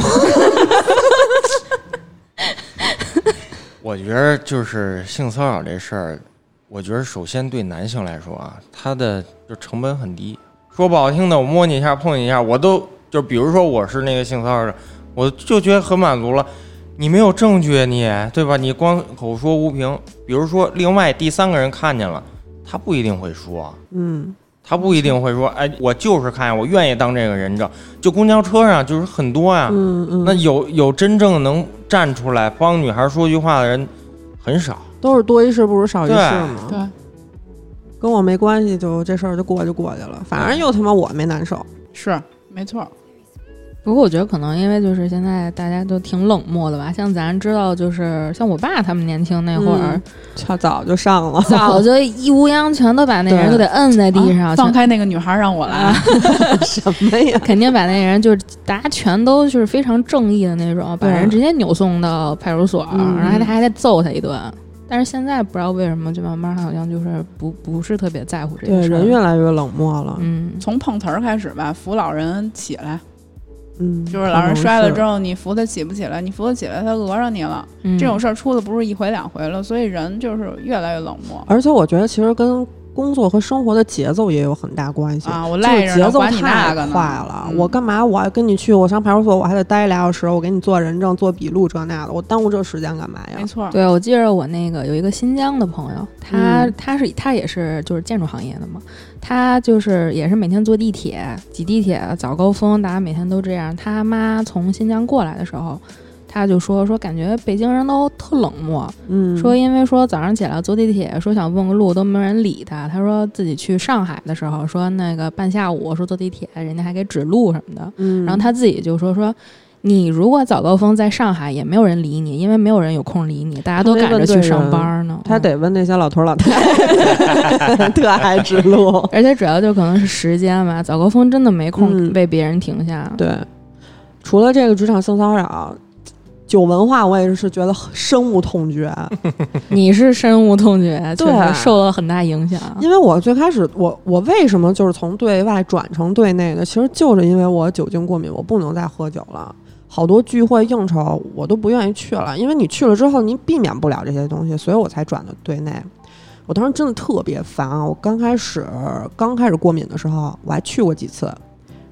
我觉得就是性骚扰这事儿，我觉得首先对男性来说啊，他的就成本很低。说不好听的，我摸你一下碰你一下，我都就比如说我是那个性骚扰者，我就觉得很满足了。你没有证据，你对吧？你光口说无凭。比如说另外第三个人看见了，他不一定会说。 嗯。 他不一定会说，哎，我就是看见，我愿意当这个人证。就公交车上就是很多呀， 嗯嗯， 那有有真正能站出来帮女孩说句话的人很少， 都是多一事不如少一事嘛。 对， 跟我没关系，就这事儿就过就过去了，反正又他妈我没难受。 是，没错。 不过我觉得可能因为就是现在大家都挺冷漠的吧，像咱知道就是像我爸他们年轻那会儿， 他、嗯、早就上了， 早就一乌泱全都把那人都得摁在地上， 啊、放开那个女孩让我来， 什么呀？ 肯定把那人就是大家全都就是非常正义的那种，把人直接扭送到派出所，嗯、然后他还得揍他一顿。但是现在不知道为什么，就慢慢好像就是不不是特别在乎这个事儿， 对，人越来越冷漠了。 嗯， 从碰瓷儿开始吧，扶老人起来。 嗯， 就是老人摔了之后，你扶他起不起来？你扶他起来，他讹上你了。 嗯、 这种事儿出的不是一回两回了，所以人就是越来越冷漠。 而且我觉得其实跟工作和生活的节奏也有很大关系啊！我赖着节奏管你那个太快了， 嗯、 我干嘛我还跟你去？我上派出所我还得待俩小时，我给你做人证、做笔录这那的，我耽误这时间干嘛呀？ 没错， 对，我记着我那个有一个新疆的朋友，他、 嗯、 他是他也是就是建筑行业的嘛，他就是也是每天坐地铁、挤地铁，早高峰，大家每天都这样。他妈从新疆过来的时候。他就说说感觉北京人都特冷漠， 嗯， 说因为说早上起来坐地铁，说想问个路都没人理他。他说自己去上海的时候，说那个半下午说坐地铁，人家还给指路什么的。 嗯， 然后他自己就说说，你如果早高峰在上海也没有人理你，因为没有人有空理你，大家都赶着去上班呢。 他得问那些老头老太太，特爱指路， 而且主要就可能是时间吧，早高峰真的没空为别人停下。 嗯、对，除了这个职场性骚扰。酒文化我也是觉得深恶痛绝。 你是深恶痛绝，确实受了很大影响。 因为我最开始我我为什么就是从对外转成对内的，其实就是因为我酒精过敏，我不能再喝酒了。好多聚会应酬我都不愿意去了，因为你去了之后你避免不了这些东西，所以我才转的对内。我当时真的特别烦啊！我刚开始刚开始过敏的时候我还去过几次，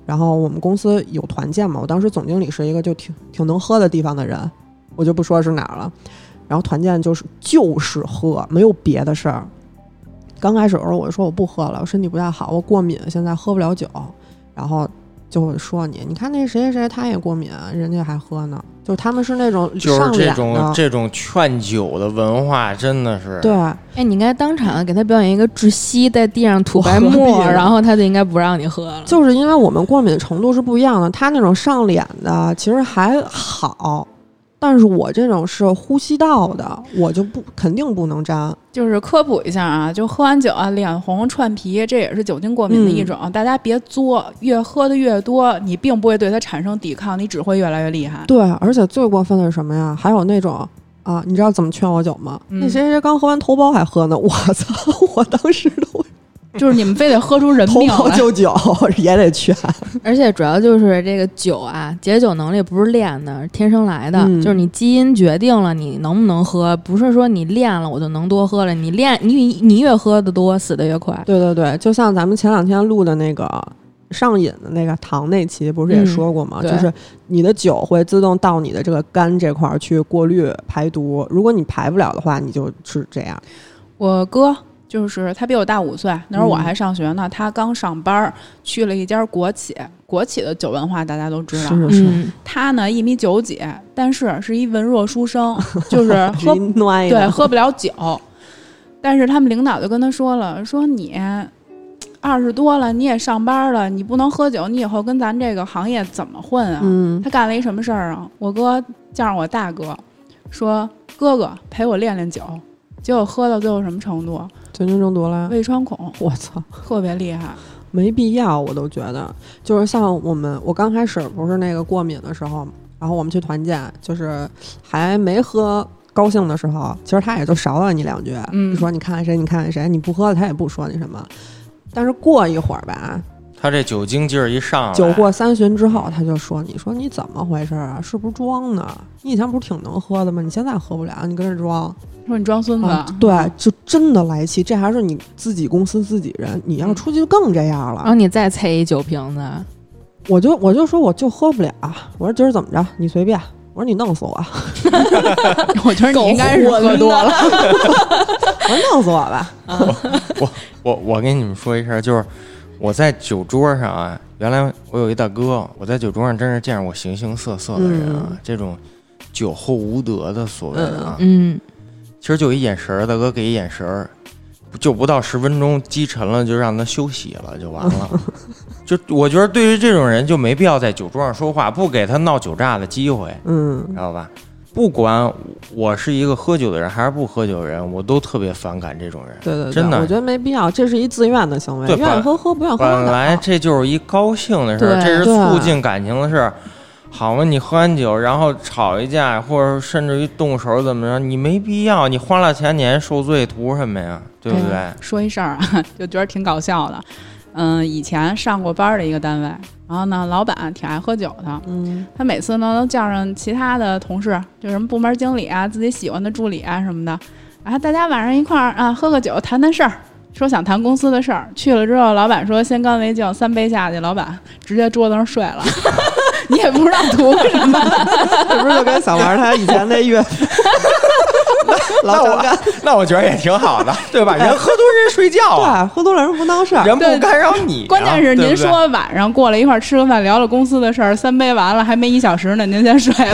然后我们公司有团建嘛，我当时总经理是一个就挺挺能喝的地方的人，我就不说是哪儿了。然后团建就是就是喝，没有别的事儿。刚开始的时候我就说我不喝了，我身体不太好，我过敏，现在喝不了酒。然后就说你，你看那谁谁谁他也过敏，人家还喝呢。就他们是那种上脸的， 就是这种这种劝酒的文化，真的是对。 哎，你应该当场给他表演一个窒息，在地上吐白沫，然后他就应该不让你喝了。 就是因为我们过敏程度是不一样的，他那种上脸的其实还好。但是我这种是呼吸道的，我就不肯定不能沾。 就是科普一下啊，就喝完酒啊，脸红串皮，这也是酒精过敏的一种。嗯、大家别作，越喝的越多，你并不会对它产生抵抗，你只会越来越厉害。 对，而且最过分的是什么呀？还有那种啊，你知道怎么劝我酒吗？嗯、那谁谁刚喝完头孢还喝呢，我操！我当时都。 就是你们非得喝出人命来， 头孢就酒也得劝。 而且主要就是这个酒啊，解酒能力不是练的，天生来的、嗯、就是你基因决定了你能不能喝，不是说你练了我就能多喝了，你练你你越喝的多死的越快。 对对对，就像咱们前两天录的那个上瘾的那个糖那期不是也说过吗、嗯、就是你的酒会自动到你的这个肝这块去过滤排毒，如果你排不了的话你就是这样。 我哥就是他比我大五岁，那会儿我还上学呢、嗯、他刚上班去了一家国企，国企的酒文化大家都知道， 是是、嗯、 他呢一米九几，但是是一文弱书生，就是喝对喝不了酒，但是他们领导就跟他说了，说你二十多了你也上班了，你不能喝酒，你以后跟咱这个行业怎么混啊、嗯、他干了一什么事儿啊，我哥叫上我大哥说哥哥陪我练练酒，结果喝到最后什么程度， 酒精中毒了， 胃穿孔， 我操， 特别厉害， 没必要，我都觉得，就是像我们，我刚开始不是那个过敏的时候，然后我们去团建，就是还没喝高兴的时候，其实他也就少了你两句，嗯，说你看看谁，你看看谁，你不喝了，他也不说你什么，但是过一会儿吧。 他这酒精劲儿一上来， 酒过三巡之后，他就说：“你说你怎么回事啊？是不是装呢？你以前不是挺能喝的吗？你现在喝不了，你跟这装。” 说你装孙子、 啊，对，就真的来气。这还是你自己公司自己人，你要出去就更这样了。 然后你再啐一酒瓶子， 我就我就说我就喝不了。我说今儿怎么着，你随便。我说你弄死我。 我觉得你应该是喝多了。 我说弄死我吧。 我我我我跟你们说一声，就是我在酒桌上啊，原来我有一大哥，我在酒桌上真是见着过形形色色的人啊，嗯、这种酒后无德的所谓啊， 嗯， 其实就一眼神，大哥给一眼神，就不到十分钟击沉了，就让他休息了，就完了。就我觉得对于这种人就没必要在酒桌上说话，不给他闹酒炸的机会， 嗯， 知道吧？不管我是一个喝酒的人还是不喝酒的人，我都特别反感这种人。 对对对， 真的， 我觉得没必要，这是一自愿的行为，愿意喝喝，不愿意喝本来这就是一高兴的事儿，这是促进感情的事儿。好嘛，你喝完酒然后吵一架，或者甚至于动手怎么着，你没必要，你花了钱你还受罪，图什么呀？对不对？ 哎、说一事儿啊，就觉得挺搞笑的。嗯，以前上过班的一个单位，然后呢，老板挺爱喝酒的。嗯，他每次呢都叫上其他的同事，就什么部门经理啊、自己喜欢的助理啊什么的，然后大家晚上一块儿啊喝个酒，谈谈事儿，说想谈公司的事儿。去了之后，老板说先干为敬，三杯下去，老板直接桌子上睡了。你也不知道图什么， 这不是就跟小王他以前那岳父老张干？ 那我觉得也挺好的，对吧？人喝多人睡觉啊， 对，喝多了人不闹事儿， 人不干扰你、啊。 关键是您说晚上过来一块儿吃个饭，聊了公司的事儿，三杯完了还没一小时呢，您先睡了。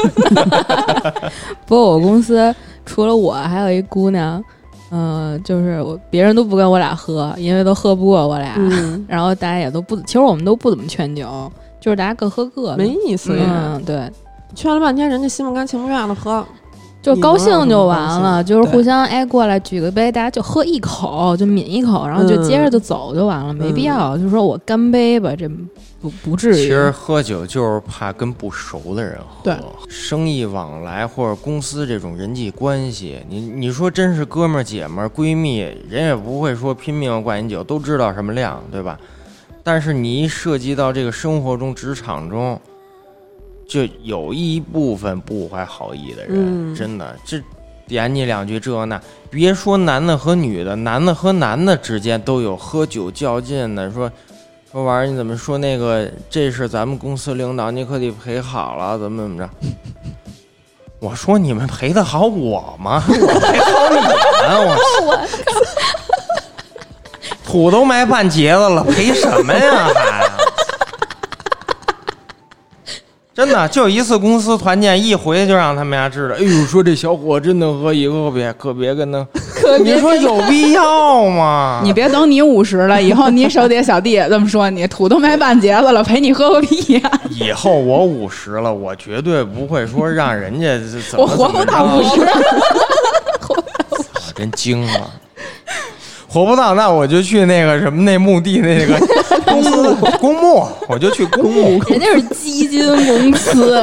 不过我公司除了我，还有一姑娘。嗯、呃，就是我别人都不跟我俩喝，因为都喝不过我俩，嗯、然后大家也都不，其实我们都不怎么劝酒，就是大家各喝各的， 没意思呀。 嗯，对， 劝了半天，人家心不甘情不愿的喝， 就高兴就完了，就是互相哎过来举个杯，大家就喝一口，就抿一口，然后就接着就走就完了，嗯、没必要，就是说我干杯吧，这不不至于。 其实喝酒就是怕跟不熟的人喝， 对， 生意往来或者公司这种人际关系，你你说真是哥们儿姐们儿闺蜜，人也不会说拼命灌你酒，都知道什么量，对吧？但是你一涉及到这个生活中、职场中，就有一部分不怀好意的人，嗯、真的这点你两句这那，别说男的和女的，男的和男的之间都有喝酒较劲的，说说完你怎么说那个这是咱们公司领导，你可得赔好了，怎么怎么着？我说你们赔得好我吗？我赔好你们，我土都埋半截子了，赔什么呀还？真的就一次公司团建，一回就让他们家知道，哎呦，说这小伙真能喝，以后可别可别跟他，你说有必要吗？ 你别等你五十了，以后你手底下小弟也这么说你，土都埋半截子了，陪你喝个屁呀、啊！ 以后我五十了，我绝对不会说让人家怎么我活不到五十， 真惊了。活不到，那我就去那个什么那墓地那个公司公墓，我就去公墓。 人家是基金公司。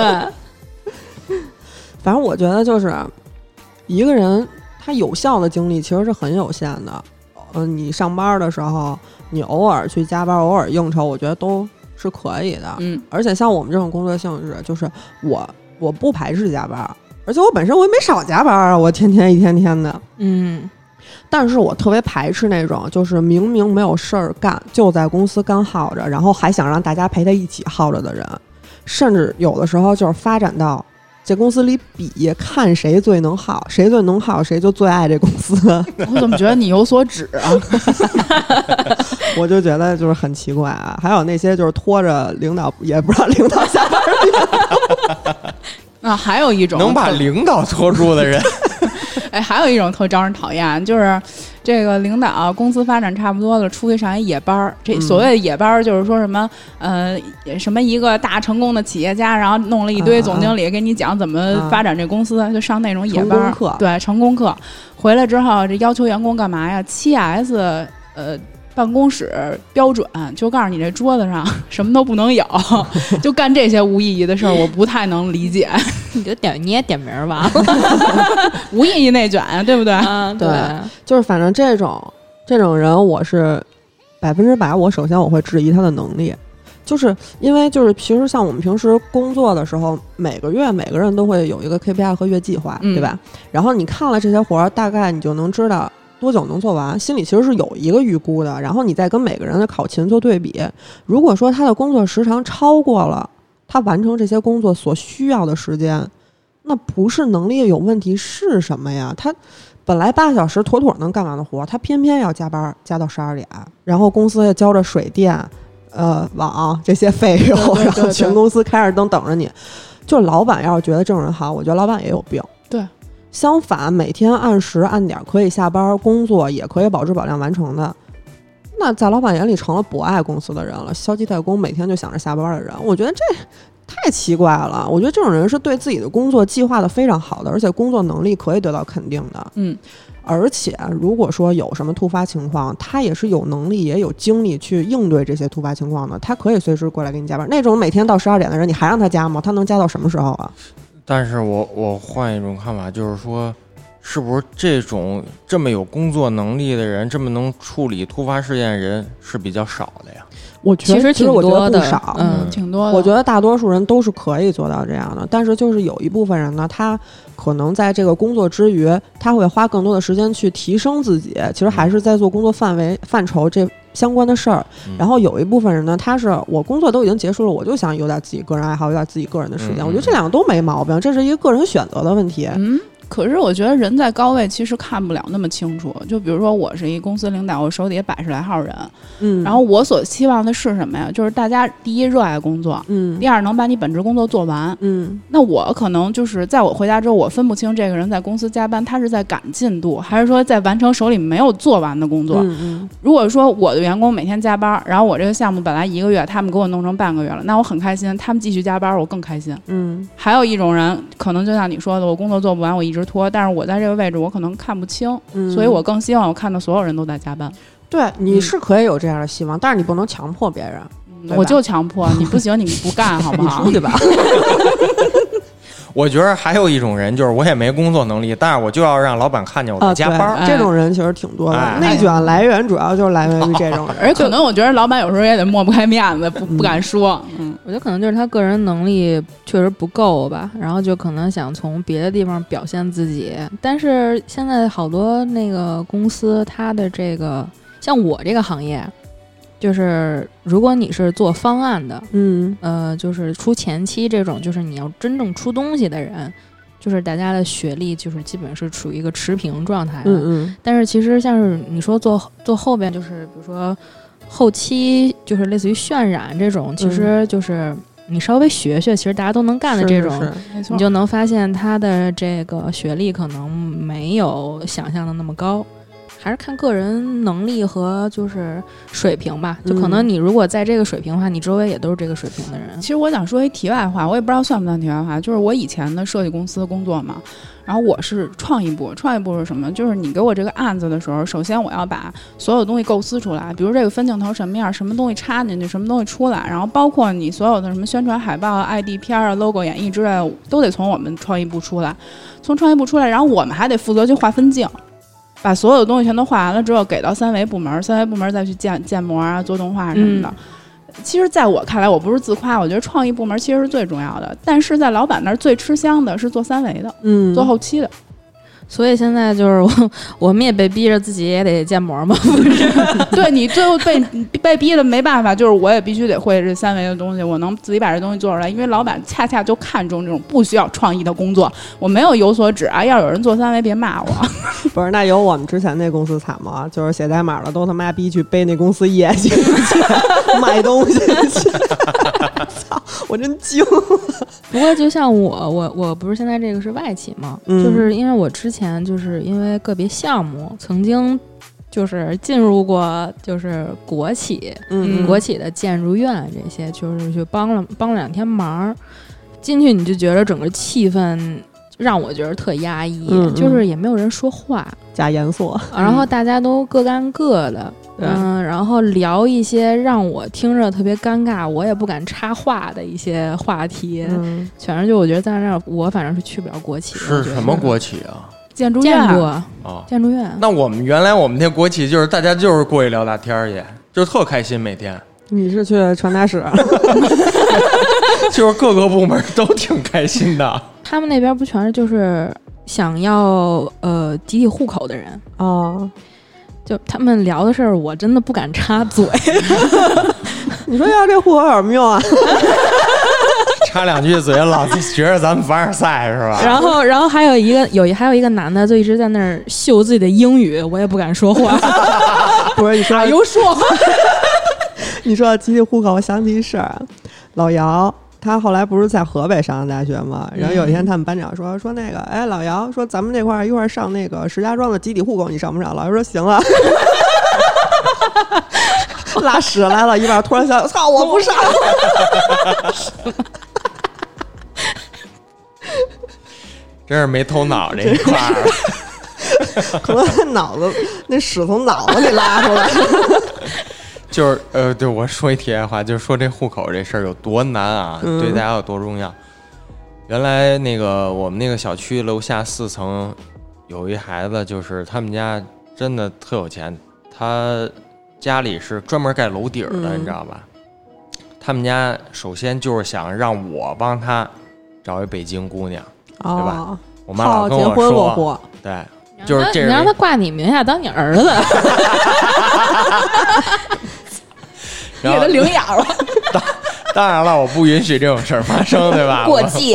反正我觉得就是一个人他有效的精力其实是很有限的。嗯、呃，你上班的时候，你偶尔去加班，偶尔应酬，我觉得都是可以的。 嗯， 而且像我们这种工作性质，就是我我不排斥加班，而且我本身我也没少加班啊，我天天一天天的。 嗯。 但是我特别排斥那种就是明明没有事儿干就在公司干耗着，然后还想让大家陪他一起耗着的人，甚至有的时候就是发展到这公司里比看谁最能耗，谁最能耗谁就最爱这公司。 我怎么觉得你有所指啊？ 我就觉得就是很奇怪啊。还有那些就是拖着领导也不让领导下班的啊，还有一种能把领导拖住的人。 哎，还有一种特招人讨厌，就是这个领导公司发展差不多了，出去上一野班儿。这所谓的野班儿，就是说什么、嗯、呃，什么一个大成功的企业家，然后弄了一堆总经理给你讲怎么发展这公司，啊、就上那种野班儿。对，成功课回来之后，这要求员工干嘛呀？七 S 呃。办公室标准就告诉你这桌子上什么都不能有，就干这些无意义的事儿，我不太能理解。 你就点你也点名吧， 无意义内卷，对不对？ 啊，对， 就是反正这种这种人，我是百分之百，我首先我会质疑他的能力，就是因为就是其实像我们平时工作的时候，每个月每个人都会有一个 K P I 和月计划， 嗯、 对吧？然后你看了这些活儿，大概你就能知道多久能做完，心里其实是有一个预估的，然后你再跟每个人的考勤做对比。如果说他的工作时长超过了他完成这些工作所需要的时间，那不是能力有问题是什么呀？他本来八个小时妥妥能干完的活，他偏偏要加班加到十二点，然后公司也交着水电、呃网这些费用， 对对对对， 然后全公司开着灯等着你。就老板要是觉得这种人好，我觉得老板也有病。 对。 相反，每天按时按点可以下班工作，也可以保质保量完成的，那在老板眼里成了不爱公司的人了，消极怠工，每天就想着下班的人，我觉得这太奇怪了。我觉得这种人是对自己的工作计划的非常好的，而且工作能力可以得到肯定的。 嗯， 而且如果说有什么突发情况，他也是有能力也有精力去应对这些突发情况的，他可以随时过来给你加班。那种每天到十二点的人，你还让他加吗？他能加到什么时候啊？ 但是我我换一种看法，就是说，是不是这种这么有工作能力的人，这么能处理突发事件的人是比较少的呀？ 我觉得其实挺多的， 不少， 嗯，挺多的。 我觉得大多数人都是可以做到这样的，但是就是有一部分人呢，他可能在这个工作之余，他会花更多的时间去提升自己，其实还是在做工作范围范畴这相关的事儿。 嗯、 然后有一部分人呢，他是我工作都已经结束了，我就想有点自己个人爱好，有点自己个人的时间。 嗯、 我觉得这两个都没毛病，这是一个个人选择的问题。 嗯。可是我觉得人在高位其实看不了那么清楚，就比如说我是一公司领导，我手底下百十来号人， 嗯， 然后我所期望的是什么呀？就是大家第一热爱工作， 嗯， 第二能把你本职工作做完， 嗯， 那我可能就是在我回家之后，我分不清这个人在公司加班，他是在赶进度，还是说在完成手里没有做完的工作。 嗯嗯， 如果说我的员工每天加班，然后我这个项目本来一个月，他们给我弄成半个月了，那我很开心，他们继续加班，我更开心。 嗯， 还有一种人，可能就像你说的，我工作做不完，我一直拖，但是我在这个位置我可能看不清、嗯、所以我更希望我看到所有人都在加班。 对，你是可以有这样的希望、嗯、但是你不能强迫别人、 嗯、我就强迫你不行你不干好不好？ 你出去吧。 我觉得还有一种人，就是我也没工作能力，但是我就要让老板看见我在加班、 啊、这种人其实挺多的、 哎、 内卷来源主要就是来源于这种人、 而可能我觉得老板有时候也得抹不开面子，不不敢说。嗯， 我觉得可能就是他个人能力确实不够吧，然后就可能想从别的地方表现自己。但是现在好多那个公司，他的这个像我这个行业， 就是如果你是做方案的， 嗯呃，就是出前期这种，就是你要真正出东西的人，就是大家的学历就是基本是处于一个持平状态的。 嗯嗯。 但是其实像是你说做做后边，就是比如说后期，就是类似于渲染这种，其实就是你稍微学学，其实大家都能干的这种， 是是没错， 你就能发现他的这个学历可能没有想象的那么高。还是看个人能力和就是水平吧，就可能你如果在这个水平的话，你周围也都是这个水平的人。 其实我想说一题外话，我也不知道算不算题外话，就是我以前的设计公司工作嘛，然后我是创意部，创意部是什么？就是你给我这个案子的时候，首先我要把所有东西构思出来，比如这个分镜头什么样，什么东西插进去，什么东西出来，然后包括你所有的什么宣传海报、I D 片啊、logo 演绎之类的，都得从我们创意部出来，从创意部出来，然后我们还得负责去画分镜。把所有的东西全都画完了之后，给到三维部门，三维部门再去建建模啊、做动画什么的。嗯、其实，在我看来，我不是自夸，我觉得创意部门其实是最重要的。但是在老板那儿最吃香的是做三维的， 嗯， 做后期的。 所以现在就是我，我们也被逼着自己也得建模嘛，不是？ 对你最后被被逼的没办法，就是我也必须得会这三维的东西，我能自己把这东西做出来。因为老板恰恰就看重这种不需要创意的工作，我没有有所指啊。要有人做三维，别骂我。 不是，那有我们之前那公司惨吗？就是写代码的都他妈逼去背那公司业绩买东西去，操，我真惊了。 不过就像我，我我不是现在这个是外企嘛， 嗯、 就是因为我之前就是因为个别项目曾经就是进入过就是国企， 嗯， 国企的建筑院这些，就是去帮了帮了两天忙，进去你就觉得整个气氛让我觉得特压抑， 嗯嗯就是也没有人说话， 假严肃， 然后大家都各干各的。嗯，然后聊一些让我听着特别尴尬，我也不敢插话的一些话题， 嗯， 全是就我觉得在那儿，我反正是去不了国企。 是什么国企啊？ 建筑院， 建筑啊， 建筑院。 那我们原来我们那国企就是大家就是过去聊大天儿去，就是特开心每天。 你是去传达室？ 就是各个部门都挺开心的。 他们那边不全是就是想要呃集体户口的人啊。哦， 就他们聊的事儿，我真的不敢插嘴。 你说要这户口有什么用啊？ 插两句嘴，老子觉着咱们凡尔赛是吧？ 然后，然后还有一个有还有一个男的，就一直在那儿秀自己的英语，我也不敢说话。 不是你说又说， 你说集体户口，我想起一事儿，老姚。他后来不是在河北上的大学吗？然后有一天他们班长说说那个，哎，老姚说咱们这块儿一块儿上那个石家庄的集体户口，你上不上？老姚说行啊。拉屎来了，一半突然想，操，我不上。 真是没头脑这一块儿， 可能他脑子那屎从脑子里拉出来。 就是呃，对我说一题外话，就是说这户口这事儿有多难啊， 嗯、 对大家有多重要。原来那个我们那个小区楼下四层有一孩子，就是他们家真的特有钱，他家里是专门盖楼底儿的， 嗯、 你知道吧？他们家首先就是想让我帮他找一北京姑娘， 哦、 对吧？我妈老跟我说，对。就是这， 你让他挂你名下当你儿子， 你给他领养了。 当当然了，我不允许这种事儿发生，对吧？ 过继，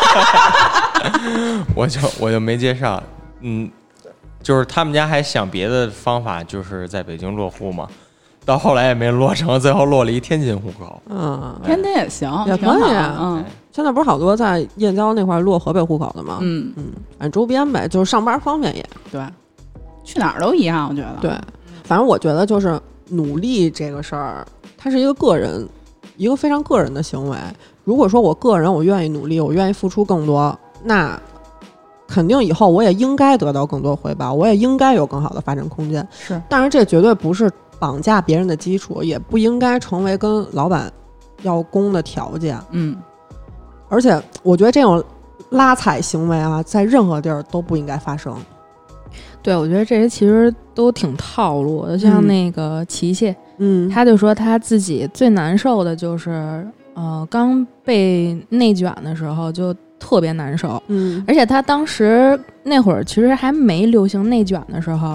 我, 我就我就没接上。嗯，就是他们家还想别的方法，就是在北京落户嘛。到后来也没落成，最后落了一天津户口。 嗯， 天津也行， 也可以啊。 嗯， 现在不是好多在燕郊那块落河北户口的吗？ 嗯嗯，反正周边呗，就是上班方便也。 对，去哪儿都一样，我觉得。 对，反正我觉得就是努力这个事儿，它是一个个人，一个非常个人的行为。如果说我个人我愿意努力，我愿意付出更多，那肯定以后我也应该得到更多回报，我也应该有更好的发展空间。 是， 但是这绝对不是绑架别人的基础，也不应该成为跟老板要工的条件。 嗯， 而且我觉得这种拉踩行为啊，在任何地儿都不应该发生。 对，我觉得这些其实都挺套路的，像那个琪琪， 嗯， 他就说他自己最难受的就是，呃，刚被内卷的时候就特别难受， 嗯， 而且他当时那会儿其实还没流行内卷的时候，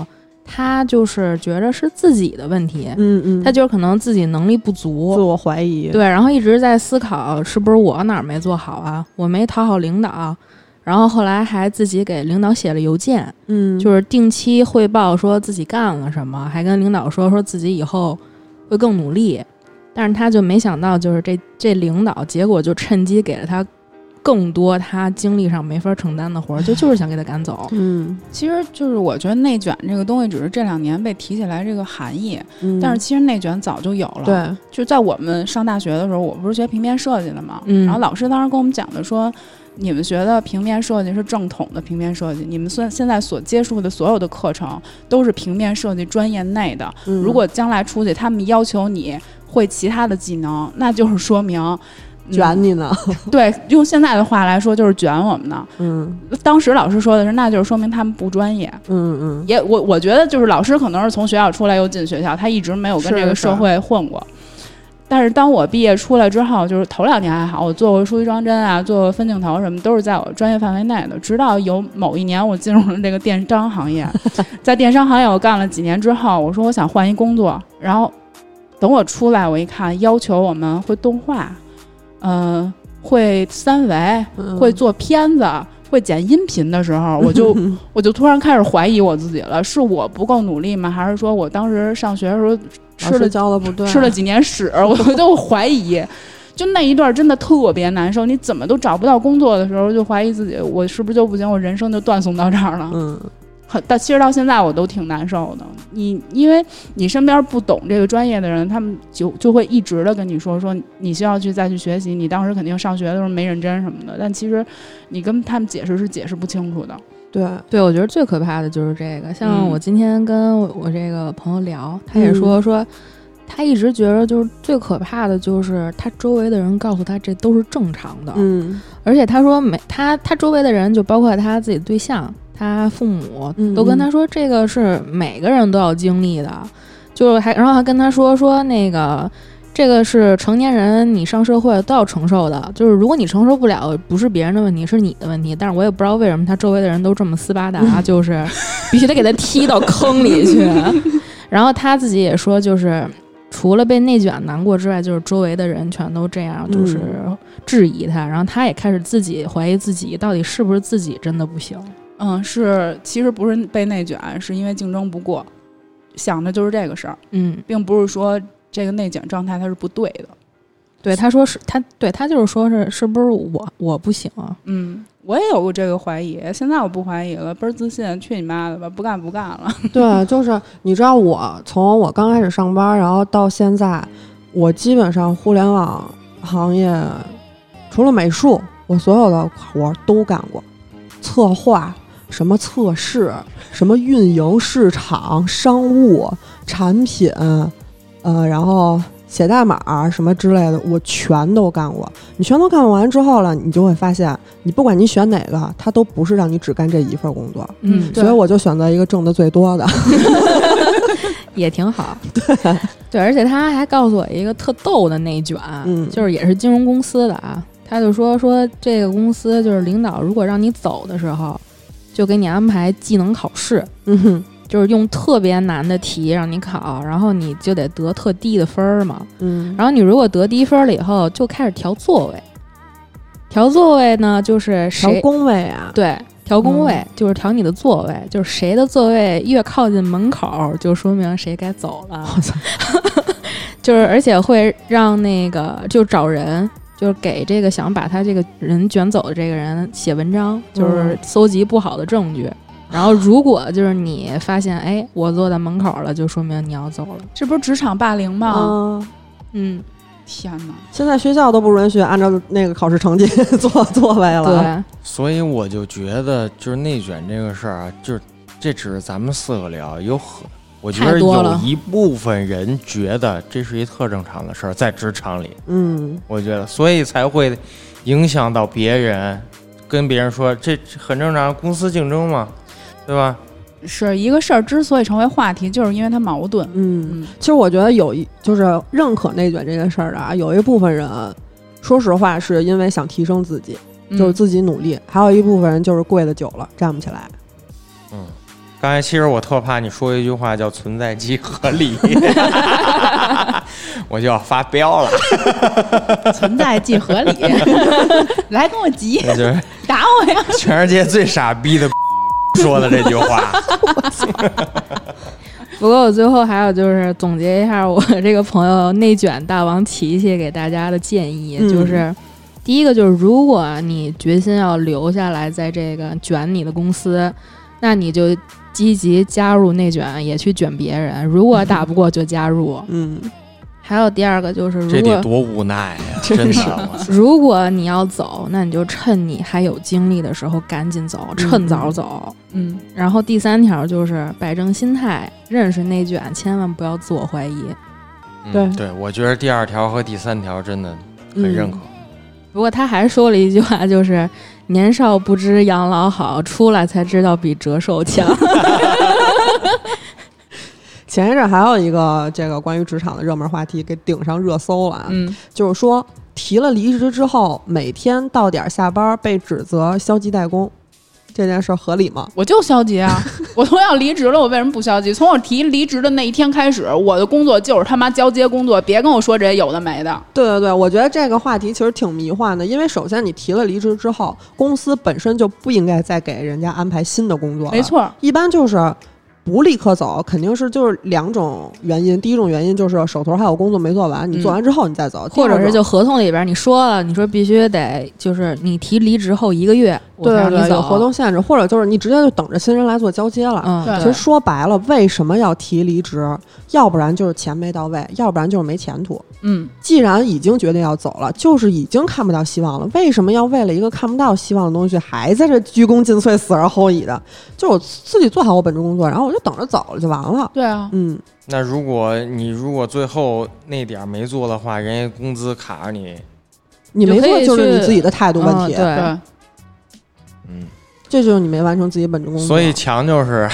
他就是觉着是自己的问题， 嗯嗯， 他就是可能自己能力不足， 自我怀疑， 对，然后一直在思考是不是我哪儿没做好啊，我没讨好领导，然后后来还自己给领导写了邮件， 嗯， 就是定期汇报说自己干了什么，还跟领导说说自己以后会更努力，但是他就没想到就是这这领导结果就趁机给了他更多他精力上没法承担的活儿，就就是想给他赶走。 嗯， 其实就是我觉得内卷这个东西只是这两年被提起来这个含义， 嗯， 但是其实内卷早就有了。 对， 就在我们上大学的时候，我不是学平面设计的嘛， 嗯， 然后老师当时跟我们讲的说，你们学的平面设计是正统的平面设计，你们现现在所接触的所有的课程都是平面设计专业内的， 嗯， 如果将来出去他们要求你会其他的技能，那就是说明卷你呢、 嗯、对，用现在的话来说就是卷我们呢。 嗯， 当时老师说的是那就是说明他们不专业。 嗯嗯， 也我我觉得就是老师可能是从学校出来又进学校，他一直没有跟这个社会混过。但是当我毕业出来之后，就是头两年还好，我做过数据装帧啊，做过分镜头什么，都是在我专业范围内的。直到有某一年我进入了这个电商行业，在电商行业我干了几年之后，我说我想换一工作，然后等我出来，我一看要求我们会动画，嗯、呃，会三维，会做片子。嗯，会剪音频的时候，我就我就突然开始怀疑我自己了，是我不够努力吗？还是说我当时上学的时候吃了教的不对， 吃了几年屎？我就怀疑，就那一段真的特别难受。你怎么都找不到工作的时候，就怀疑自己，我是不是就不行？我人生就断送到这儿了。 嗯。 到其实到现在我都挺难受的，你因为你身边不懂这个专业的人，他们就就会一直的跟你说说你需要去再去学习，你当时肯定上学的时候没认真什么的，但其实你跟他们解释是解释不清楚的。 对对，我觉得最可怕的就是这个，像我今天跟我这个朋友聊，他也说说他一直觉得就是最可怕的就是他周围的人告诉他这都是正常的， 嗯， 而且他说每他他周围的人就包括他自己对象。他父母都跟他说，这个是每个人都要经历的，嗯、就是还然后还跟他说说那个这个是成年人，你上社会都要承受的，就是如果你承受不了，不是别人的问题，是你的问题。但是我也不知道为什么他周围的人都这么斯巴达，嗯、就是必须得给他踢到坑里去。然后他自己也说，就是除了被内卷难过之外，就是周围的人全都这样，就是质疑他，嗯、然后他也开始自己怀疑自己到底是不是自己真的不行。 嗯，是，其实不是被内卷，是因为竞争不过，想的就是这个事儿。嗯，并不是说这个内卷状态它是不对的。 对，他说是他，对他就是说是是不是我我不行啊？ 嗯，我也有过这个怀疑，现在我不怀疑了，倍儿自信，去你妈的吧，不干不干了。 对，就是你知道，我从我刚开始上班，然后到现在，我基本上互联网行业除了美术，我所有的活都干过，策划。什么测试，什么运营、市场、商务、产品，呃，然后写代码什么之类的，我全都干过。你全都干完之后了，你就会发现，你不管你选哪个，它都不是让你只干这一份工作。 嗯， 所以我就选择一个挣得最多的， 也挺好。 对对，而且他还告诉我一个特逗的内卷，嗯，就是也是金融公司的啊。他就说说这个公司就是领导如果让你走的时候。就给你安排技能考试， 嗯哼， 就是用特别难的题让你考，然后你就得得特低的分儿嘛， 嗯， 然后你如果得低分了以后，就开始调座位，调座位呢就是调工位啊， 对，调工位、嗯、就是调你的座位，就是谁的座位越靠近门口，就说明谁该走了，就是而且会让那个就找人。就是给这个想把他这个人卷走的这个人写文章，就是搜集不好的证据，嗯、然后如果就是你发现，哎，我坐在门口了，就说明你要走了， 这不是职场霸凌吗？ 嗯， 嗯，天哪！ 现在学校都不允许按照那个考试成绩坐座位了。 对， 所以我就觉得，就是内卷这个事儿啊，就是这只是咱们四个聊，有很。我觉得有一部分人觉得这是一特正常的事儿，在职场里， 嗯， 我觉得，所以才会影响到别人，跟别人说这很正常，公司竞争嘛，对吧？ 是一个事儿之所以成为话题，就是因为它矛盾。 嗯，嗯其实我觉得有一就是认可内卷这件事儿的啊，有一部分人，说实话是因为想提升自己，就是自己努力； 嗯、 还有一部分人就是跪的久了，站不起来。 嗯。 刚才其实我特怕你说一句话叫存在即合理，我就要发飙了。 存在即合理，来跟我急， 就是打我呀！ 全世界最傻逼的说的这句话。 不过我最后还有就是总结一下我这个朋友内卷大王琪琪给大家的建议，嗯、就是第一个就是如果你决心要留下来在这个卷你的公司，那你就积极加入内卷，也去卷别人，如果打不过就加入。 嗯， 还有第二个就是如果这得多无奈呀、啊，真的。 如果你要走，那你就趁你还有精力的时候赶紧走，趁早走。 嗯， 然后第三条就是摆正心态，认识内卷，千万不要自我怀疑。 嗯、 对对，我觉得第二条和第三条真的很认可。嗯、 不过他还说了一句话，就是年少不知养老好，出来才知道比折寿强。 前一阵还有一个这个关于职场的热门话题给顶上热搜了， 嗯， 就是说提了离职之后，每天到点下班被指责消极怠工，这件事合理吗？ 我就消极啊！我都要离职了，我为什么不消极？从我提离职的那一天开始，我的工作就是他妈交接工作，别跟我说这些有的没的。 对对对，我觉得这个话题其实挺迷幻的，因为首先你提了离职之后，公司本身就不应该再给人家安排新的工作了。 没错， 一般就是不立刻走，肯定是就是两种原因。第一种原因就是手头还有工作没做完，你做完之后你再走， 嗯、或者是就合同里边你说了，你说必须得就是你提离职后一个月， 对对对，有活动限制，或者就是你直接就等着新人来做交接了。 嗯， 其实说白了，为什么要提离职？要不然就是钱没到位，要不然就是没前途。 嗯， 既然已经决定要走了，就是已经看不到希望了，为什么要为了一个看不到希望的东西还在这鞠躬尽瘁、死而后已的？就我自己做好我本职工作，然后我就等着走了就完了。 对啊， 嗯。 那如果你如果最后那点没做的话，人家工资卡着你， 你没做就是你自己的态度问题。 嗯、对， 嗯， 这就是你没完成自己本职工作。 所以强就是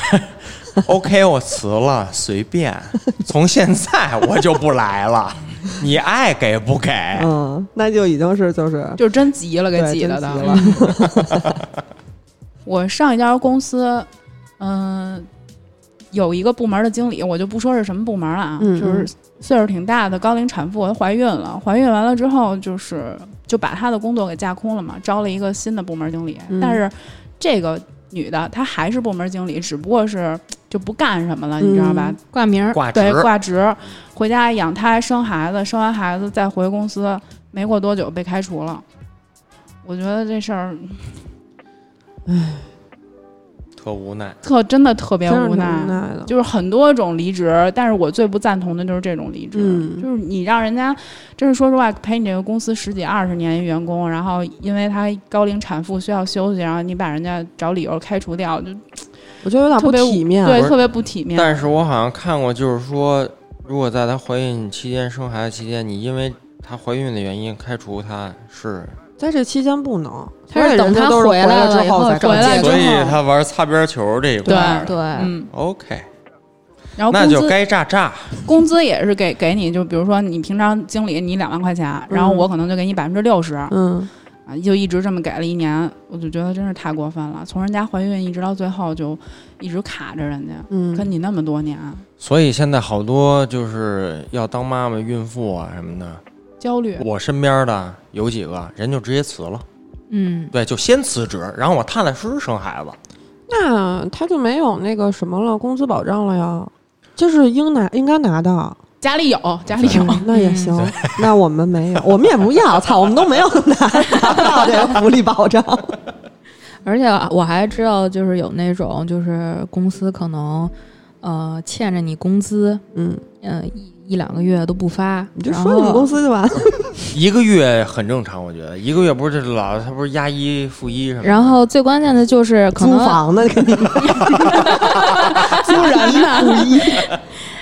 ，OK， 我辞了，随便，从现在我就不来了。你爱给不给？ 嗯，那就已经是就是就真急了，给急了的。了我上一家公司，嗯、呃，有一个部门的经理，我就不说是什么部门了啊， 嗯嗯就是岁数挺大的高龄产妇，她怀孕了，怀孕完了之后，就是就把她的工作给架空了嘛，招了一个新的部门经理， 嗯、 但是这个女的她还是部门经理，只不过是就不干什么了，你知道吧？ 嗯、 挂名， 挂职， 对，挂职，回家养胎生孩子，生完孩子再回公司，没过多久被开除了。我觉得这事儿， 唉。 特无奈， 特真的特别无奈， 无奈的就是很多种离职，但是我最不赞同的就是这种离职， 嗯、 就是你让人家，真是说实话，陪你这个公司十几二十年员工，然后因为他高龄产妇需要休息，然后你把人家找理由开除掉，就我觉得有点不体面， 对，特别不体面。 但是我好像看过，就是说，如果在她怀孕期间、生孩子期间，你因为她怀孕的原因开除她是。 在这期间不能， 他是等他回来了之后再回来之后， 所以他玩擦边球这一块。 对对，嗯 ，OK。 然后那就该炸炸。 工资也是给给你，就比如说你平常经理你两万块钱， 嗯、 然后我可能就给你百分之六十， 嗯， 啊，就一直这么给了一年，我就觉得真是太过分了。从人家怀孕一直到最后，就一直卡着人家， 嗯， 跟你那么多年。 所以现在好多就是要当妈妈、孕妇啊什么的。 焦虑， 我身边的有几个人就直接辞了， 嗯， 对，就先辞职，然后我踏踏实实生孩子。 那他就没有那个什么了，工资保障了呀？这是应拿应该拿的， 家里有，家里有， 嗯、那也行。那我们没有，我们也不要，操，我们都没有拿拿不到这个福利保障。 而且我还知道，就是有那种，就是公司可能呃欠着你工资， 嗯呃一。一两个月都不发， 你就说你们公司就完了。 一个月很正常，我觉得一个月不是这老他不是押一付一什么。 然后最关键的就是可能租房的肯定， 租人的付一。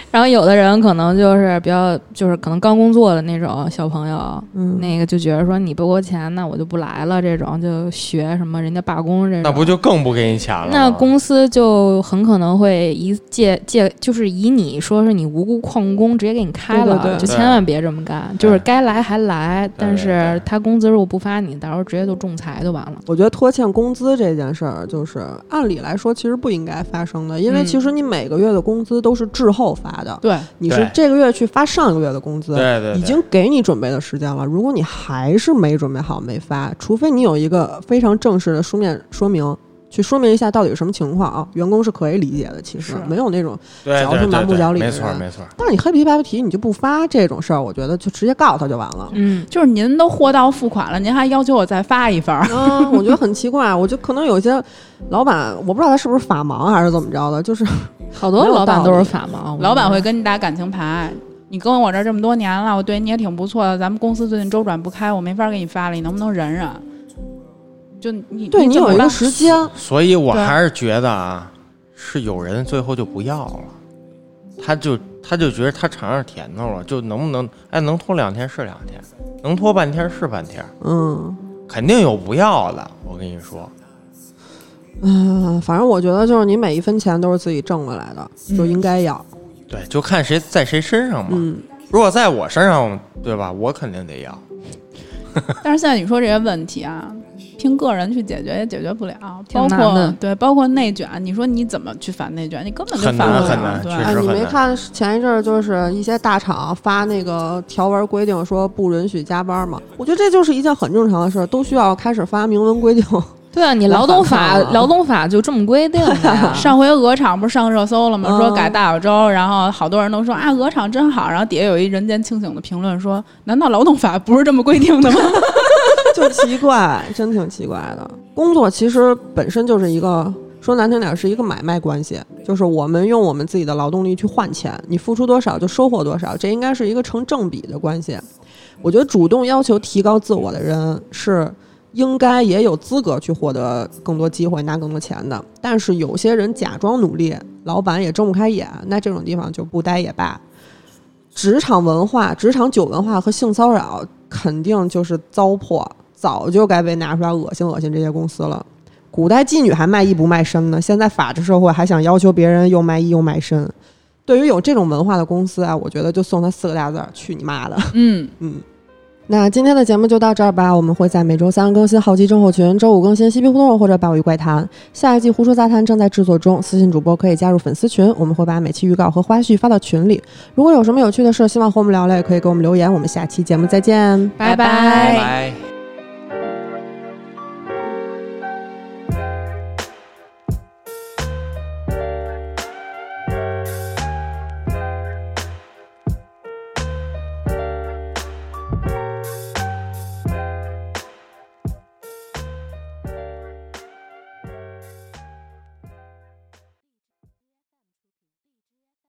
然后有的人可能就是比较，就是可能刚工作的那种小朋友， 嗯， 那个就觉得说你不给我钱，那我就不来了，这种就学什么人家罢工这种， 那不就更不给你钱了吗？ 那公司就很可能会一借借，就是以你说是你无故旷工，直接给你开了， 对对对就千万别这么干。就是该来还来，但是他工资如果不发你，到时候直接就仲裁就完了。 我觉得拖欠工资这件事儿，就是按理来说其实不应该发生的，因为其实你每个月的工资都是滞后发的， 对， 你是这个月去发上个月的工资， 对对对， 已经给你准备的时间了。如果你还是没准备好没发，除非你有一个非常正式的书面说明，去说明一下到底是什么情况啊，员工是可以理解的。其实没有那种嚼是蛮不讲理的人， 没错没错。 但是你黑皮白不提，你就不发这种事儿，我觉得就直接告他就完了。 嗯，就是您都货到付款了，您还要求我再发一份儿， 嗯，我觉得很奇怪。我就可能有些老板，我不知道他是不是法盲还是怎么着的，就是好多老板都是法盲， 老板会跟你打感情牌。你跟我这这么多年了，我对你也挺不错的，咱们公司最近周转不开，我没法给你发了，你能不能忍忍？就你对你有一个时间， 所以我还是觉得啊，是有人最后就不要了，他就他就觉得他尝上甜头了，就能不能哎能拖两天是两天，能拖半天是半天， 嗯， 肯定有不要的，我跟你说。 嗯，反正我觉得就是你每一分钱都是自己挣回来的，就应该要。 对，就看谁在谁身上嘛。 嗯， 如果在我身上，对吧？我肯定得要。 但是现在你说这些问题啊，凭个人去解决也解决不了， 挺包括难的对，包括内卷，你说你怎么去反内卷？你根本就很反不了。 难很难， 对， 哎，你确实很难。 没看前一阵儿就是一些大厂发那个条文规定说不允许加班吗？我觉得这就是一件很正常的事儿，都需要开始发明文规定。 对啊，你劳动法劳动法就这么规定的呀。 上回鹅厂不是上热搜了吗？ 嗯说改大小周，然后好多人都说啊，鹅厂真好，然后底下有一人间清醒的评论说，难道劳动法不是这么规定的吗？ 就奇怪，真挺奇怪的。工作其实本身就是一个，说难听点是一个买卖关系，就是我们用我们自己的劳动力去换钱，你付出多少就收获多少，这应该是一个成正比的关系。我觉得主动要求提高自我的人是应该也有资格去获得更多机会拿更多钱的，但是有些人假装努力，老板也睁不开眼，那这种地方就不待也罢。职场文化、职场酒文化和性骚扰肯定就是糟粕，早就该被拿出来恶心恶心这些公司了。古代妓女还卖艺不卖身呢，现在法治社会还想要求别人又卖艺又卖身。对于有这种文化的公司啊，我觉得就送他四个大字儿：去你妈的！ 嗯嗯。那今天的节目就到这儿吧，我们会在每周三更新好奇症候群，周五更新嬉皮互动或者百物语怪谈。下一季胡说杂谈正在制作中，私信主播可以加入粉丝群，我们会把每期预告和花絮发到群里。如果有什么有趣的事希望和我们聊聊，也可以给我们留言。我们下期节目再见， 拜拜拜拜。